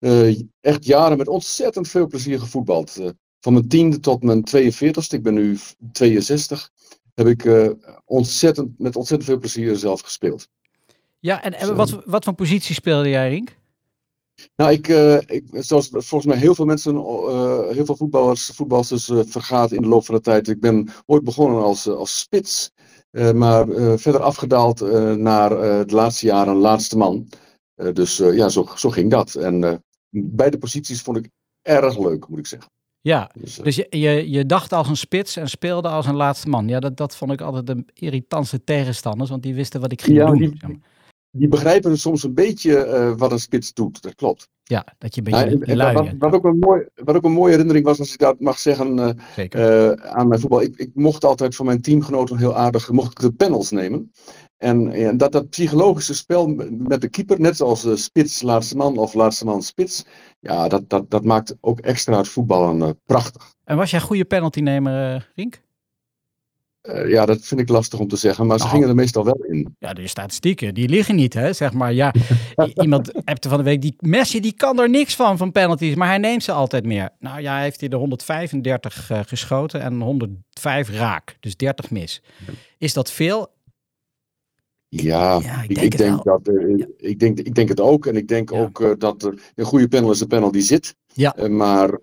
echt jaren met ontzettend veel plezier gevoetbald. Van mijn 10e tot mijn 42ste, ik ben nu 62, heb ik met ontzettend veel plezier zelf gespeeld. Ja, en wat voor positie speelde jij, Rink? Nou, zoals volgens mij heel veel mensen, heel veel voetballers vergaat in de loop van de tijd. Ik ben ooit begonnen als spits, maar verder afgedaald naar de laatste jaren laatste man. Dus zo ging dat. En beide posities vond ik erg leuk, moet ik zeggen. Ja, dus je dacht als een spits en speelde als een laatste man. Ja, dat vond ik altijd de irritantste tegenstanders, want die wisten wat ik ging doen. Die begrijpen soms een beetje wat een spits doet, dat klopt. Ja, dat je een beetje lui bent. Wat ook een mooie herinnering was, als ik dat mag zeggen, aan mijn voetbal. Ik mocht altijd van mijn teamgenoten heel aardig, mocht ik de panels nemen. En dat psychologische spel met de keeper, net zoals spits laatste man of laatste man spits, ja, dat maakt ook extra het voetballen prachtig. En was jij een goede penaltynemer, Rink? Ja, dat vind ik lastig om te zeggen, maar ze gingen er meestal wel in. Ja, de statistieken, die liggen niet, hè, zeg maar. Ja, iemand appte van de week, die Messi, die kan er niks van penalties, maar hij neemt ze altijd meer. Nou ja, heeft hij er 135 geschoten en 105 raak, dus 30 mis. Is dat veel? Ja, ik denk het ook. En ik denk ook dat een goede panel is een panel die zit. Ja. Maar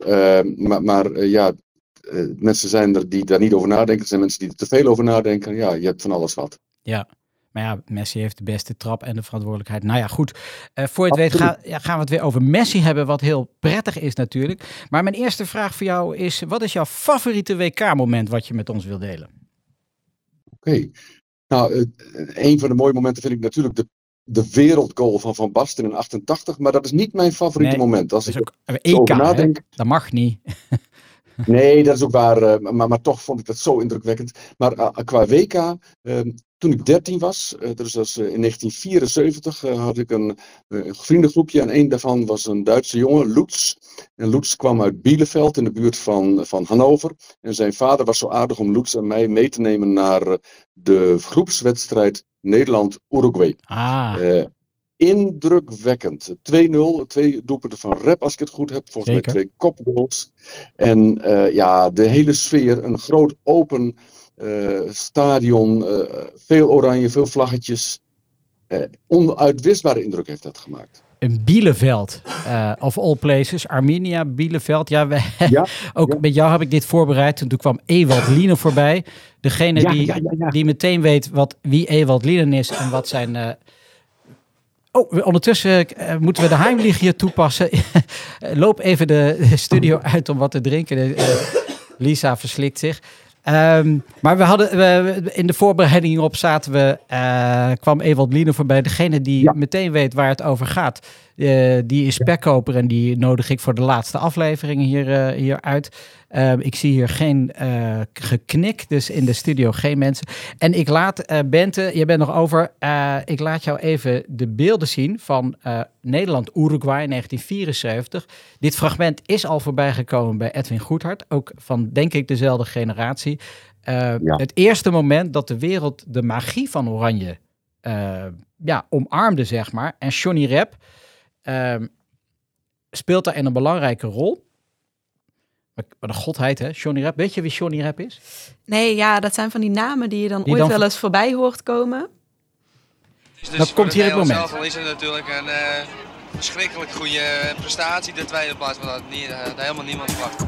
mensen zijn er die daar niet over nadenken. Er zijn mensen die er te veel over nadenken. Ja, je hebt van alles wat. Ja, maar ja, Messi heeft de beste trap en de verantwoordelijkheid. Nou ja, goed. Voor je het weet gaan we het weer over Messi hebben, wat heel prettig is natuurlijk. Maar mijn eerste vraag voor jou is, wat is jouw favoriete WK-moment wat je met ons wil delen? Oké. Nou, een van de mooie momenten vind ik natuurlijk de wereldgoal van Van Basten in 88. Maar dat is niet mijn favoriete moment. Als ik EK, nadenk, dat mag niet. Nee, dat is ook waar. Maar toch vond ik dat zo indrukwekkend. Maar qua WK, toen ik 13 was, dus dat is in 1974, had ik een vriendengroepje. En een daarvan was een Duitse jongen, Lutz. En Lutz kwam uit Bielefeld in de buurt van Hannover. En zijn vader was zo aardig om Lutz en mij mee te nemen naar de groepswedstrijd Nederland-Uruguay. Indrukwekkend. 2-0, 2 doelpunten van Rep, als ik het goed heb. Volgens mij 2 kopgoals. En de hele sfeer, een groot open stadion, veel oranje, veel vlaggetjes. Onuitwisbare indruk heeft dat gemaakt. Een Bielefeld, of all places, Arminia, Bielefeld. Ja, ook met jou heb ik dit voorbereid. Toen kwam Ewald Lienen voorbij. Degene die meteen weet wie Ewald Lienen is en wat zijn... ondertussen moeten we de Heimlich hier toepassen. Loop even de studio uit om wat te drinken. Lisa verslikt zich. Maar we hadden in de voorbereiding hierop kwam Ewald Lienen voorbij. Degene die meteen weet waar het over gaat. Die is spekkoper en die nodig ik voor de laatste afleveringen hier uit. Ik zie hier geen geknik, dus in de studio geen mensen. En ik laat Bente, je bent nog over. Ik laat jou even de beelden zien van Nederland-Uruguay 1974. Dit fragment is al voorbij gekomen bij Edwin Goedhart. Ook van, denk ik, dezelfde generatie. Het eerste moment dat de wereld de magie van Oranje omarmde, zeg maar. En Johnny Rep speelt daarin een belangrijke rol. Wat een godheid, hè? Johnny Rep. Weet je wie Johnny Rep is? Nee, ja, dat zijn van die namen die je dan ooit wel eens voorbij hoort komen. Dus dan komt hier het moment. Zelf is het natuurlijk een verschrikkelijk goede prestatie. De tweede plaats, maar dat helemaal niemand verwacht.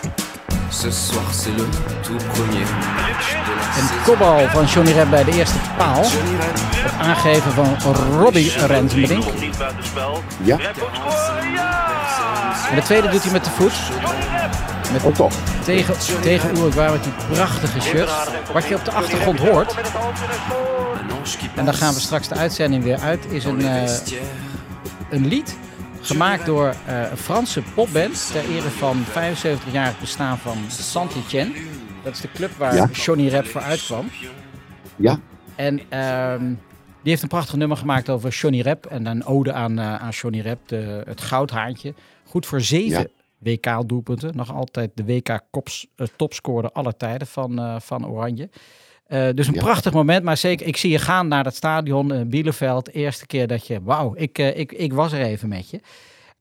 Een kopbal van Johnny Rep bij de eerste paal. Het aangeven van Robbie Rensbrink. Ja. En de tweede doet hij met de voet. Tegen Uruguay met die prachtige shirt. Wat je op de achtergrond hoort. En dan gaan we straks de uitzending weer uit. Is een lied gemaakt door een Franse popband ter ere van 75-jarig bestaan van Saint-Étienne. Dat is de club waar Johnny Rep voor uitkwam. Ja. En die heeft een prachtig nummer gemaakt over Johnny Rep. En een ode aan Johnny Rep, het goudhaantje. Goed voor 7 WK-doelpunten. Nog altijd de WK-topscorer aller tijden van Oranje. Dus een prachtig moment, maar zeker, ik zie je gaan naar dat stadion Bielefeld. Eerste keer dat je, wauw, ik was er even met je.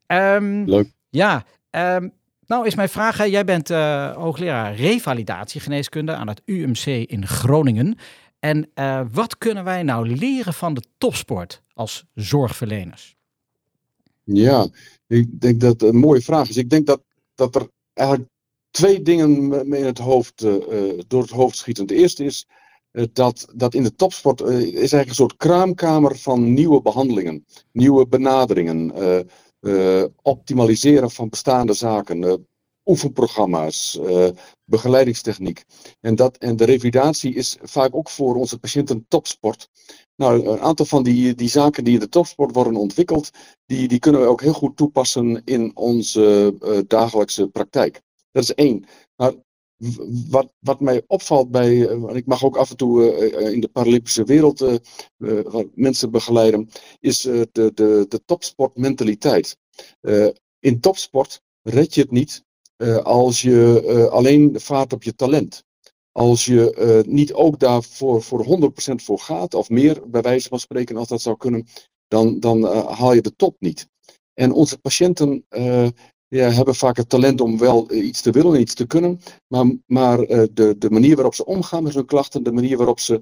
Leuk. Ja, nou is mijn vraag. Jij bent hoogleraar revalidatiegeneeskunde aan het UMC in Groningen. En wat kunnen wij nou leren van de topsport als zorgverleners? Ja, ik denk dat het een mooie vraag is. Ik denk dat er eigenlijk 2 dingen me in het hoofd, door het hoofd schieten. Het eerste is dat in de topsport is eigenlijk een soort kraamkamer van nieuwe behandelingen, nieuwe benaderingen, optimaliseren van bestaande zaken, oefenprogramma's, begeleidingstechniek. En de revalidatie is vaak ook voor onze patiënten topsport. Nou, een aantal van die zaken die in de topsport worden ontwikkeld, die kunnen we ook heel goed toepassen in onze dagelijkse praktijk. Dat is 1. Maar wat mij opvalt ik mag ook af en toe in de Paralympische wereld mensen begeleiden, is de topsportmentaliteit. In topsport red je het niet als je alleen vaart op je talent. Als je niet ook daarvoor voor 100% voor gaat, of meer bij wijze van spreken als dat zou kunnen, dan haal je de top niet. En onze patiënten hebben vaak het talent om wel iets te willen en iets te kunnen, maar de manier waarop ze omgaan met hun klachten, de manier waarop ze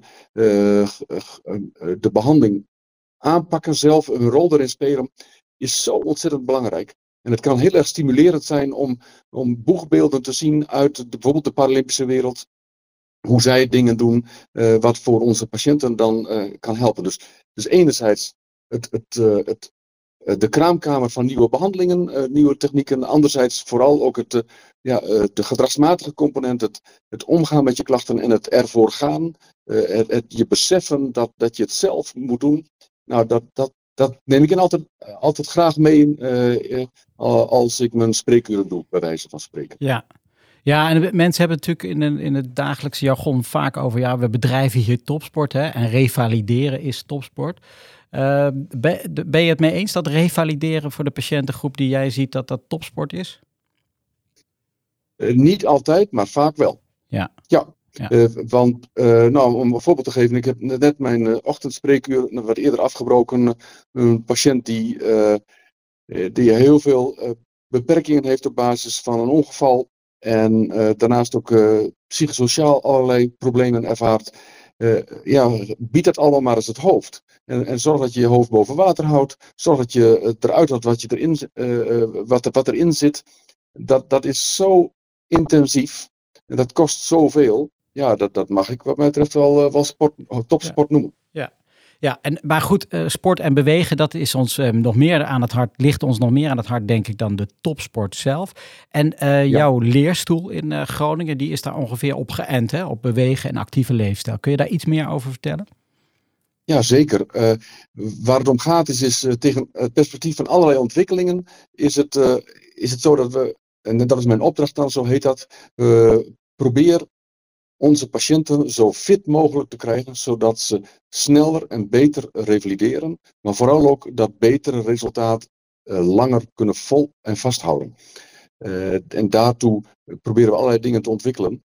de behandeling aanpakken, zelf hun rol erin spelen, is zo ontzettend belangrijk. En het kan heel erg stimulerend zijn om boegbeelden te zien uit bijvoorbeeld de Paralympische wereld, hoe zij dingen doen, wat voor onze patiënten dan kan helpen. Dus enerzijds de kraamkamer van nieuwe behandelingen, nieuwe technieken. Anderzijds vooral ook de gedragsmatige component, het omgaan met je klachten en het ervoor gaan. Je beseffen dat je het zelf moet doen. Nou, dat neem ik altijd graag mee als ik mijn spreekuren doe, bij wijze van spreken. Ja. Ja, en mensen hebben het natuurlijk in het dagelijkse jargon vaak over, we bedrijven hier topsport, hè, en revalideren is topsport. Ben je het mee eens dat revalideren voor de patiëntengroep die jij ziet dat topsport is? Niet altijd, maar vaak wel. Ja. Want om een voorbeeld te geven, ik heb net mijn ochtendspreekuur wat eerder afgebroken. Een patiënt die heel veel beperkingen heeft op basis van een ongeval. En daarnaast ook psychosociaal allerlei problemen ervaart. Bied dat allemaal maar eens het hoofd. En zorg dat je je hoofd boven water houdt. Zorg dat je eruit houdt wat erin zit. Dat is zo intensief. En dat kost zoveel. Ja, dat mag ik wat mij betreft wel topsport noemen. Ja, maar goed, sport en bewegen, dat is ons nog meer aan het hart, ligt ons nog meer aan het hart, denk ik, dan de topsport zelf. En jouw leerstoel in Groningen, die is daar ongeveer op geënt, hè, op bewegen en actieve leefstijl. Kun je daar iets meer over vertellen? Ja, zeker. Waar het om gaat is tegen het perspectief van allerlei ontwikkelingen, is het zo dat we, en dat is mijn opdracht dan, zo heet dat, probeer onze patiënten zo fit mogelijk te krijgen, zodat ze sneller en beter revalideren, maar vooral ook dat betere resultaat langer kunnen vol en vasthouden. En daartoe proberen we allerlei dingen te ontwikkelen.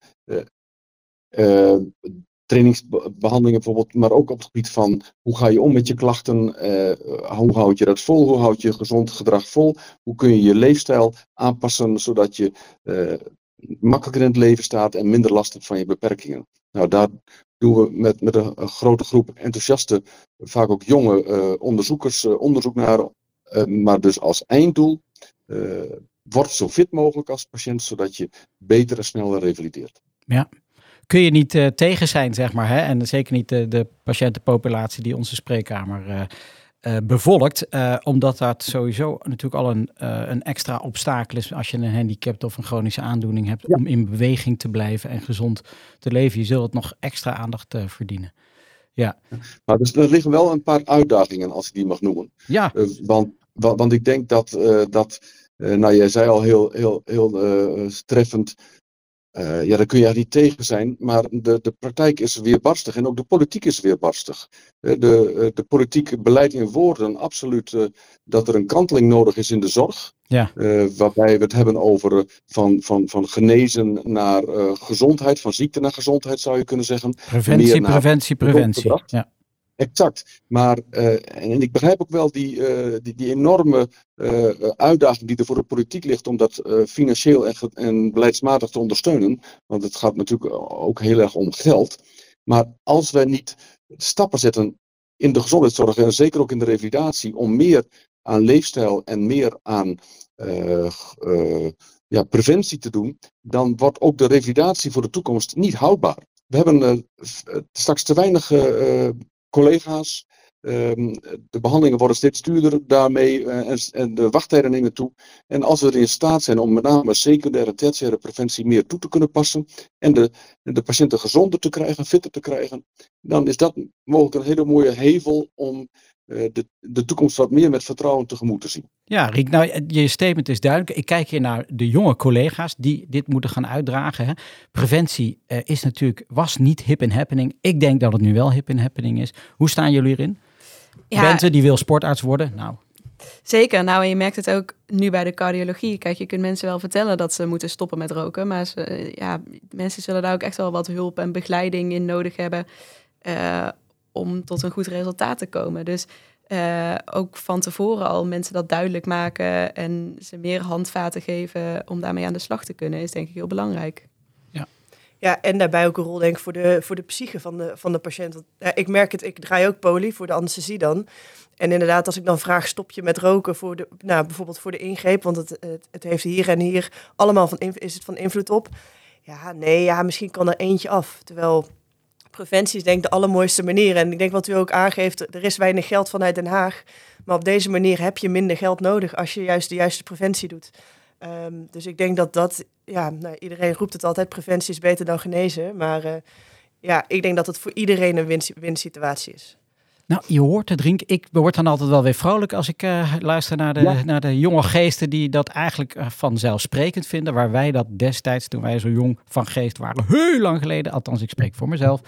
Trainingsbehandelingen bijvoorbeeld, maar ook op het gebied van hoe ga je om met je klachten, hoe houd je dat vol, hoe houd je gezond gedrag vol, hoe kun je je leefstijl aanpassen zodat je makkelijker in het leven staat en minder last hebt van je beperkingen. Nou, daar doen we met een grote groep enthousiaste, vaak ook jonge onderzoekers onderzoek naar, maar dus als einddoel, word zo fit mogelijk als patiënt, zodat je beter en sneller revalideert. Ja. Kun je niet tegen zijn, zeg maar, hè? En zeker niet de patiëntenpopulatie die onze spreekkamer bevolkt, omdat dat sowieso natuurlijk al een extra obstakel is als je een handicap of een chronische aandoening hebt om in beweging te blijven en gezond te leven. Je zult het nog extra aandacht verdienen. Ja. Maar dus er liggen wel een paar uitdagingen, als ik die mag noemen. Ja. Want ik denk dat jij zei al heel treffend, daar kun je eigenlijk niet tegen zijn, maar de praktijk is weerbarstig en ook de politiek is weerbarstig. De politiek beleidt in woorden absoluut dat er een kanteling nodig is in de zorg. Ja. Waarbij we het hebben over van genezen naar gezondheid, van ziekte naar gezondheid zou je kunnen zeggen. Preventie. Ja. Exact. Maar, en ik begrijp ook wel die enorme uitdaging die er voor de politiek ligt om dat financieel en beleidsmatig te ondersteunen. Want het gaat natuurlijk ook heel erg om geld. Maar als wij niet stappen zetten in de gezondheidszorg en zeker ook in de revalidatie om meer aan leefstijl en meer aan preventie te doen, dan wordt ook de revalidatie voor de toekomst niet houdbaar. We hebben straks te weinig collega's. De behandelingen worden steeds duurder daarmee en de wachttijden nemen toe. En als we er in staat zijn om met name secundaire en tertiaire preventie meer toe te kunnen passen en de patiënten gezonder te krijgen, fitter te krijgen, dan is dat mogelijk een hele mooie hevel om de toekomst wat meer met vertrouwen tegemoet te zien. Ja, Riek, nou, je statement is duidelijk. Ik kijk hier naar de jonge collega's die dit moeten gaan uitdragen. Hè. Preventie was niet hip and happening. Ik denk dat het nu wel hip and happening is. Hoe staan jullie erin? Ja, Bente, die wil sportarts worden. Nou. Zeker. Nou, en je merkt het ook nu bij de cardiologie. Kijk, je kunt mensen wel vertellen dat ze moeten stoppen met roken. Maar mensen zullen daar ook echt wel wat hulp en begeleiding in nodig hebben om tot een goed resultaat te komen. Dus ook van tevoren al mensen dat duidelijk maken en ze meer handvaten geven om daarmee aan de slag te kunnen, is denk ik heel belangrijk. Ja, en daarbij ook een rol denk ik voor de psyche van de patiënt. Want, ik merk het, ik draai ook poli voor de anesthesie dan. En inderdaad, als ik dan vraag, stop je met roken bijvoorbeeld voor de ingreep, want het heeft hier en hier allemaal is het van invloed op. Misschien kan er eentje af. Terwijl preventie is denk ik de allermooiste manier. En ik denk wat u ook aangeeft, er is weinig geld vanuit Den Haag. Maar op deze manier heb je minder geld nodig als je juist de juiste preventie doet. Dus ik denk dat iedereen roept het altijd, preventie is beter dan genezen. Maar ik denk dat het voor iedereen een winsituatie is. Nou, je hoort het, Rienk. Ik word dan altijd wel weer vrolijk als ik luister naar de jonge geesten die dat eigenlijk vanzelfsprekend vinden. Waar wij dat destijds, toen wij zo jong van geest waren, heel lang geleden, althans ik spreek voor mezelf.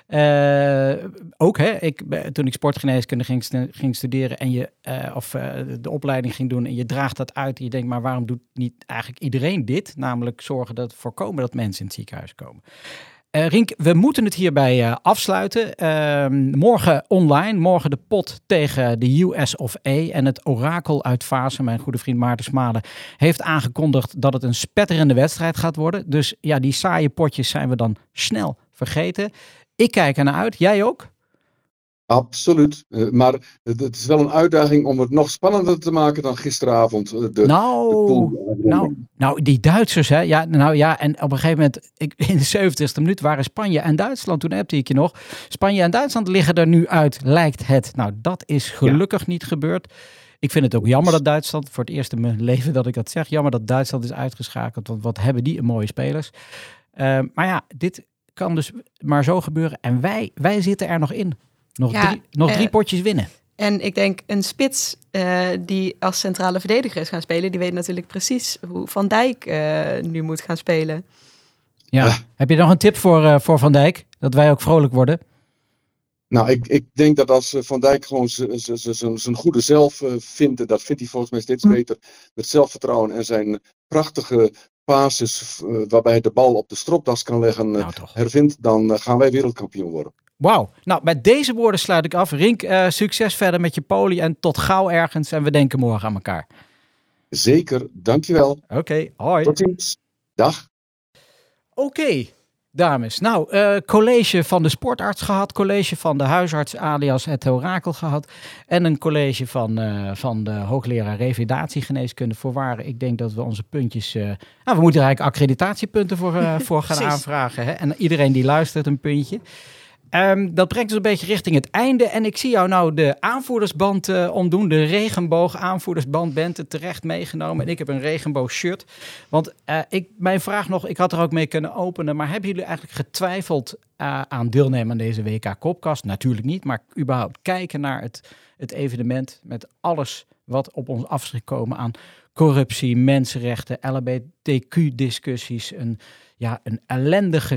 Toen ik sportgeneeskunde ging studeren en de opleiding ging doen en je draagt dat uit en je denkt, maar waarom doet niet eigenlijk iedereen dit? Namelijk voorkomen dat mensen in het ziekenhuis komen. Rienk, we moeten het hierbij afsluiten. Morgen online, morgen de pot tegen de US of A. En het orakel uit Vaassen, mijn goede vriend Maarten Smalen, heeft aangekondigd dat het een spetterende wedstrijd gaat worden. Dus ja, die saaie potjes zijn we dan snel vergeten. Ik kijk er naar uit. Jij ook? Absoluut. Maar het is wel een uitdaging om het nog spannender te maken dan gisteravond. Die Duitsers, hè? En op een gegeven moment, in de 70ste minuut waren Spanje en Duitsland, toen appte ik je nog. Spanje en Duitsland liggen er nu uit, lijkt het. Nou, dat is gelukkig niet gebeurd. Ik vind het ook jammer dat Duitsland, voor het eerst in mijn leven dat ik dat zeg, jammer dat Duitsland is uitgeschakeld, want wat hebben die een mooie spelers. Maar ja, dit kan dus maar zo gebeuren en wij zitten er nog in. Nog drie potjes winnen. En ik denk een spits die als centrale verdediger is gaan spelen, die weet natuurlijk precies hoe Van Dijk nu moet gaan spelen. Ja. Heb je nog een tip voor Van Dijk? Dat wij ook vrolijk worden? Nou, ik denk dat als Van Dijk gewoon zijn goede zelf vindt, en dat vindt hij volgens mij steeds beter, met zelfvertrouwen en zijn prachtige basis waarbij hij de bal op de stropdas kan leggen, hervindt, dan gaan wij wereldkampioen worden. Wauw. Nou, met deze woorden sluit ik af. Rienk, succes verder met je poli en tot gauw ergens. En we denken morgen aan elkaar. Zeker, dankjewel. Oké, hoi. Tot ziens. Dag. Oké, dames. Nou, college van de sportarts gehad. College van de huisarts alias het orakel gehad. En een college van de hoogleraar revalidatiegeneeskunde. Voorwaar, ik denk dat we onze puntjes... we moeten eigenlijk accreditatiepunten voor gaan aanvragen. Hè? En iedereen die luistert een puntje. Dat brengt ons een beetje richting het einde. En ik zie jou nou de aanvoerdersband omdoen. De regenboog aanvoerdersband Bente terecht meegenomen. En ik heb een regenboog shirt. Want mijn vraag nog, ik had er ook mee kunnen openen. Maar hebben jullie eigenlijk getwijfeld aan deelnemen aan deze WK Kopkast? Natuurlijk niet, maar überhaupt kijken naar het evenement. Met alles wat op ons af is gekomen aan corruptie, mensenrechten, LHBTQ-discussies. Een ellendige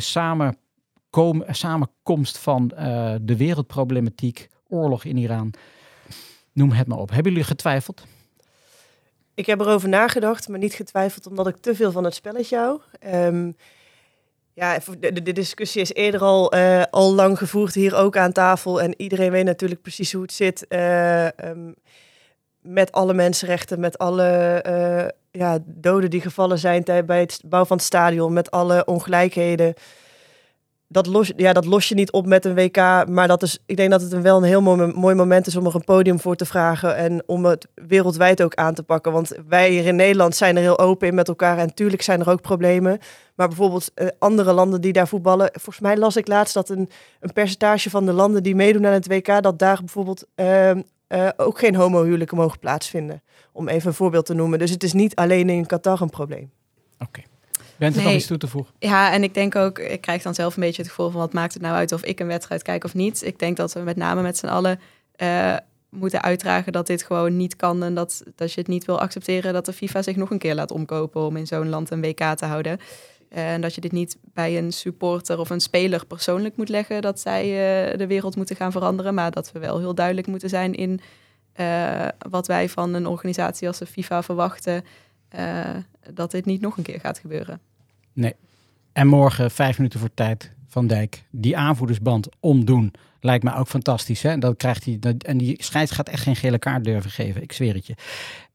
samenkomst van de wereldproblematiek, oorlog in Iran. Noem het maar op. Hebben jullie getwijfeld? Ik heb erover nagedacht, maar niet getwijfeld omdat ik te veel van het spelletje hou. Ja, de discussie is eerder al lang gevoerd hier ook aan tafel. En iedereen weet natuurlijk precies hoe het zit met alle mensenrechten, met alle doden die gevallen zijn bij het bouwen van het stadion, met alle ongelijkheden. Dat los je niet op met een WK, maar ik denk dat het wel een heel mooi moment is om er een podium voor te vragen en om het wereldwijd ook aan te pakken. Want wij hier in Nederland zijn er heel open in met elkaar en natuurlijk zijn er ook problemen. Maar bijvoorbeeld andere landen die daar voetballen, volgens mij las ik laatst dat een percentage van de landen die meedoen aan het WK, dat daar bijvoorbeeld ook geen homohuwelijken mogen plaatsvinden. Om even een voorbeeld te noemen. Dus het is niet alleen in Qatar een probleem. Oké. Bent er nog iets toe te voegen? Ja, en ik denk ook, ik krijg dan zelf een beetje het gevoel van wat maakt het nou uit of ik een wedstrijd kijk of niet. Ik denk dat we met name met z'n allen moeten uitdragen dat dit gewoon niet kan en dat je het niet wil accepteren dat de FIFA zich nog een keer laat omkopen om in zo'n land een WK te houden. En dat je dit niet bij een supporter of een speler persoonlijk moet leggen dat zij de wereld moeten gaan veranderen, maar dat we wel heel duidelijk moeten zijn in wat wij van een organisatie als de FIFA verwachten, dat dit niet nog een keer gaat gebeuren. Nee. En morgen 5 minuten voor tijd Van Dijk. Die aanvoerdersband omdoen lijkt me ook fantastisch. Hè? Dat krijgt hij. En die scheids gaat echt geen gele kaart durven geven. Ik zweer het je.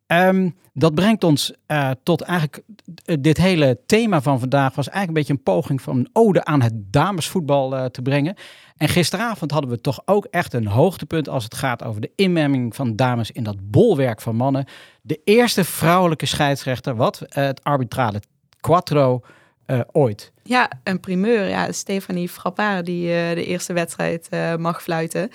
Dat brengt ons tot eigenlijk dit hele thema van vandaag was eigenlijk een beetje een poging van een ode aan het damesvoetbal te brengen. En gisteravond hadden we toch ook echt een hoogtepunt als het gaat over de inmenging van dames in dat bolwerk van mannen. De eerste vrouwelijke scheidsrechter, het arbitrale quattro ooit. Ja, een primeur. Ja, Stephanie Frappard die de eerste wedstrijd mag fluiten.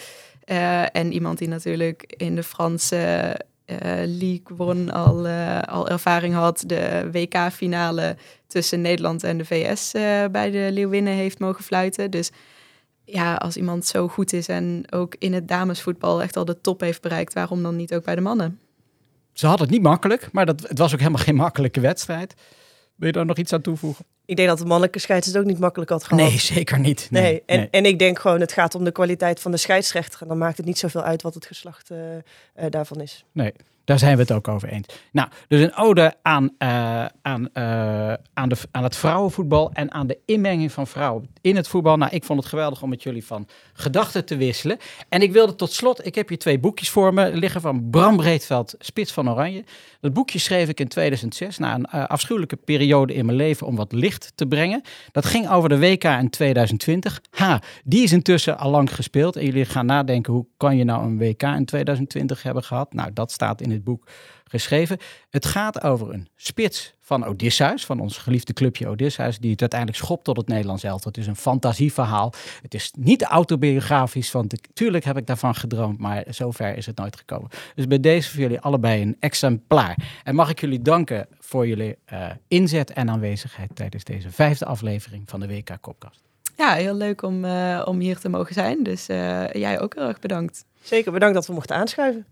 En iemand die natuurlijk in de Franse League One al ervaring had. De WK-finale tussen Nederland en de VS bij de Leeuwinnen heeft mogen fluiten. Dus ja, als iemand zo goed is en ook in het damesvoetbal echt al de top heeft bereikt, waarom dan niet ook bij de mannen? Ze had het niet makkelijk, maar het was ook helemaal geen makkelijke wedstrijd. Wil je daar nog iets aan toevoegen? Ik denk dat de mannelijke scheids het ook niet makkelijk had gehad. Nee, zeker niet. Nee. En ik denk gewoon, het gaat om de kwaliteit van de scheidsrechter. En dan maakt het niet zoveel uit wat het geslacht daarvan is. Nee, daar zijn we het ook over eens. Nou, dus een ode aan het vrouwenvoetbal en aan de inmenging van vrouwen in het voetbal. Nou, ik vond het geweldig om met jullie van gedachten te wisselen. En ik wilde tot slot, ik heb hier 2 boekjes voor me liggen van Bram Breedveld, Spits van Oranje. Dat boekje schreef ik in 2006, na een afschuwelijke periode in mijn leven om wat licht te brengen. Dat ging over de WK in 2020. Die is intussen al lang gespeeld. En jullie gaan nadenken, hoe kan je nou een WK in 2020 hebben gehad? Nou, dat staat in het boek geschreven. Het gaat over een spits van Odysseus, van ons geliefde clubje Odysseus, die het uiteindelijk schopt tot het Nederlands elftal. Het is een fantasieverhaal. Het is niet autobiografisch, want natuurlijk heb ik daarvan gedroomd, maar zover is het nooit gekomen. Dus bij deze voor jullie allebei een exemplaar. En mag ik jullie danken voor jullie inzet en aanwezigheid tijdens deze 5e aflevering van de WK Kopkast. Ja, heel leuk om hier te mogen zijn. Dus jij ook heel erg bedankt. Zeker, bedankt dat we mochten aanschuiven.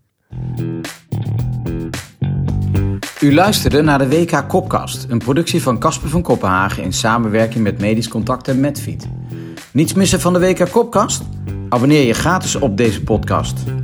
U luisterde naar de WK Kopkast, een productie van Casper van Kopenhagen in samenwerking met Medisch Contact en Medfeed. Niets missen van de WK Kopkast? Abonneer je gratis op deze podcast.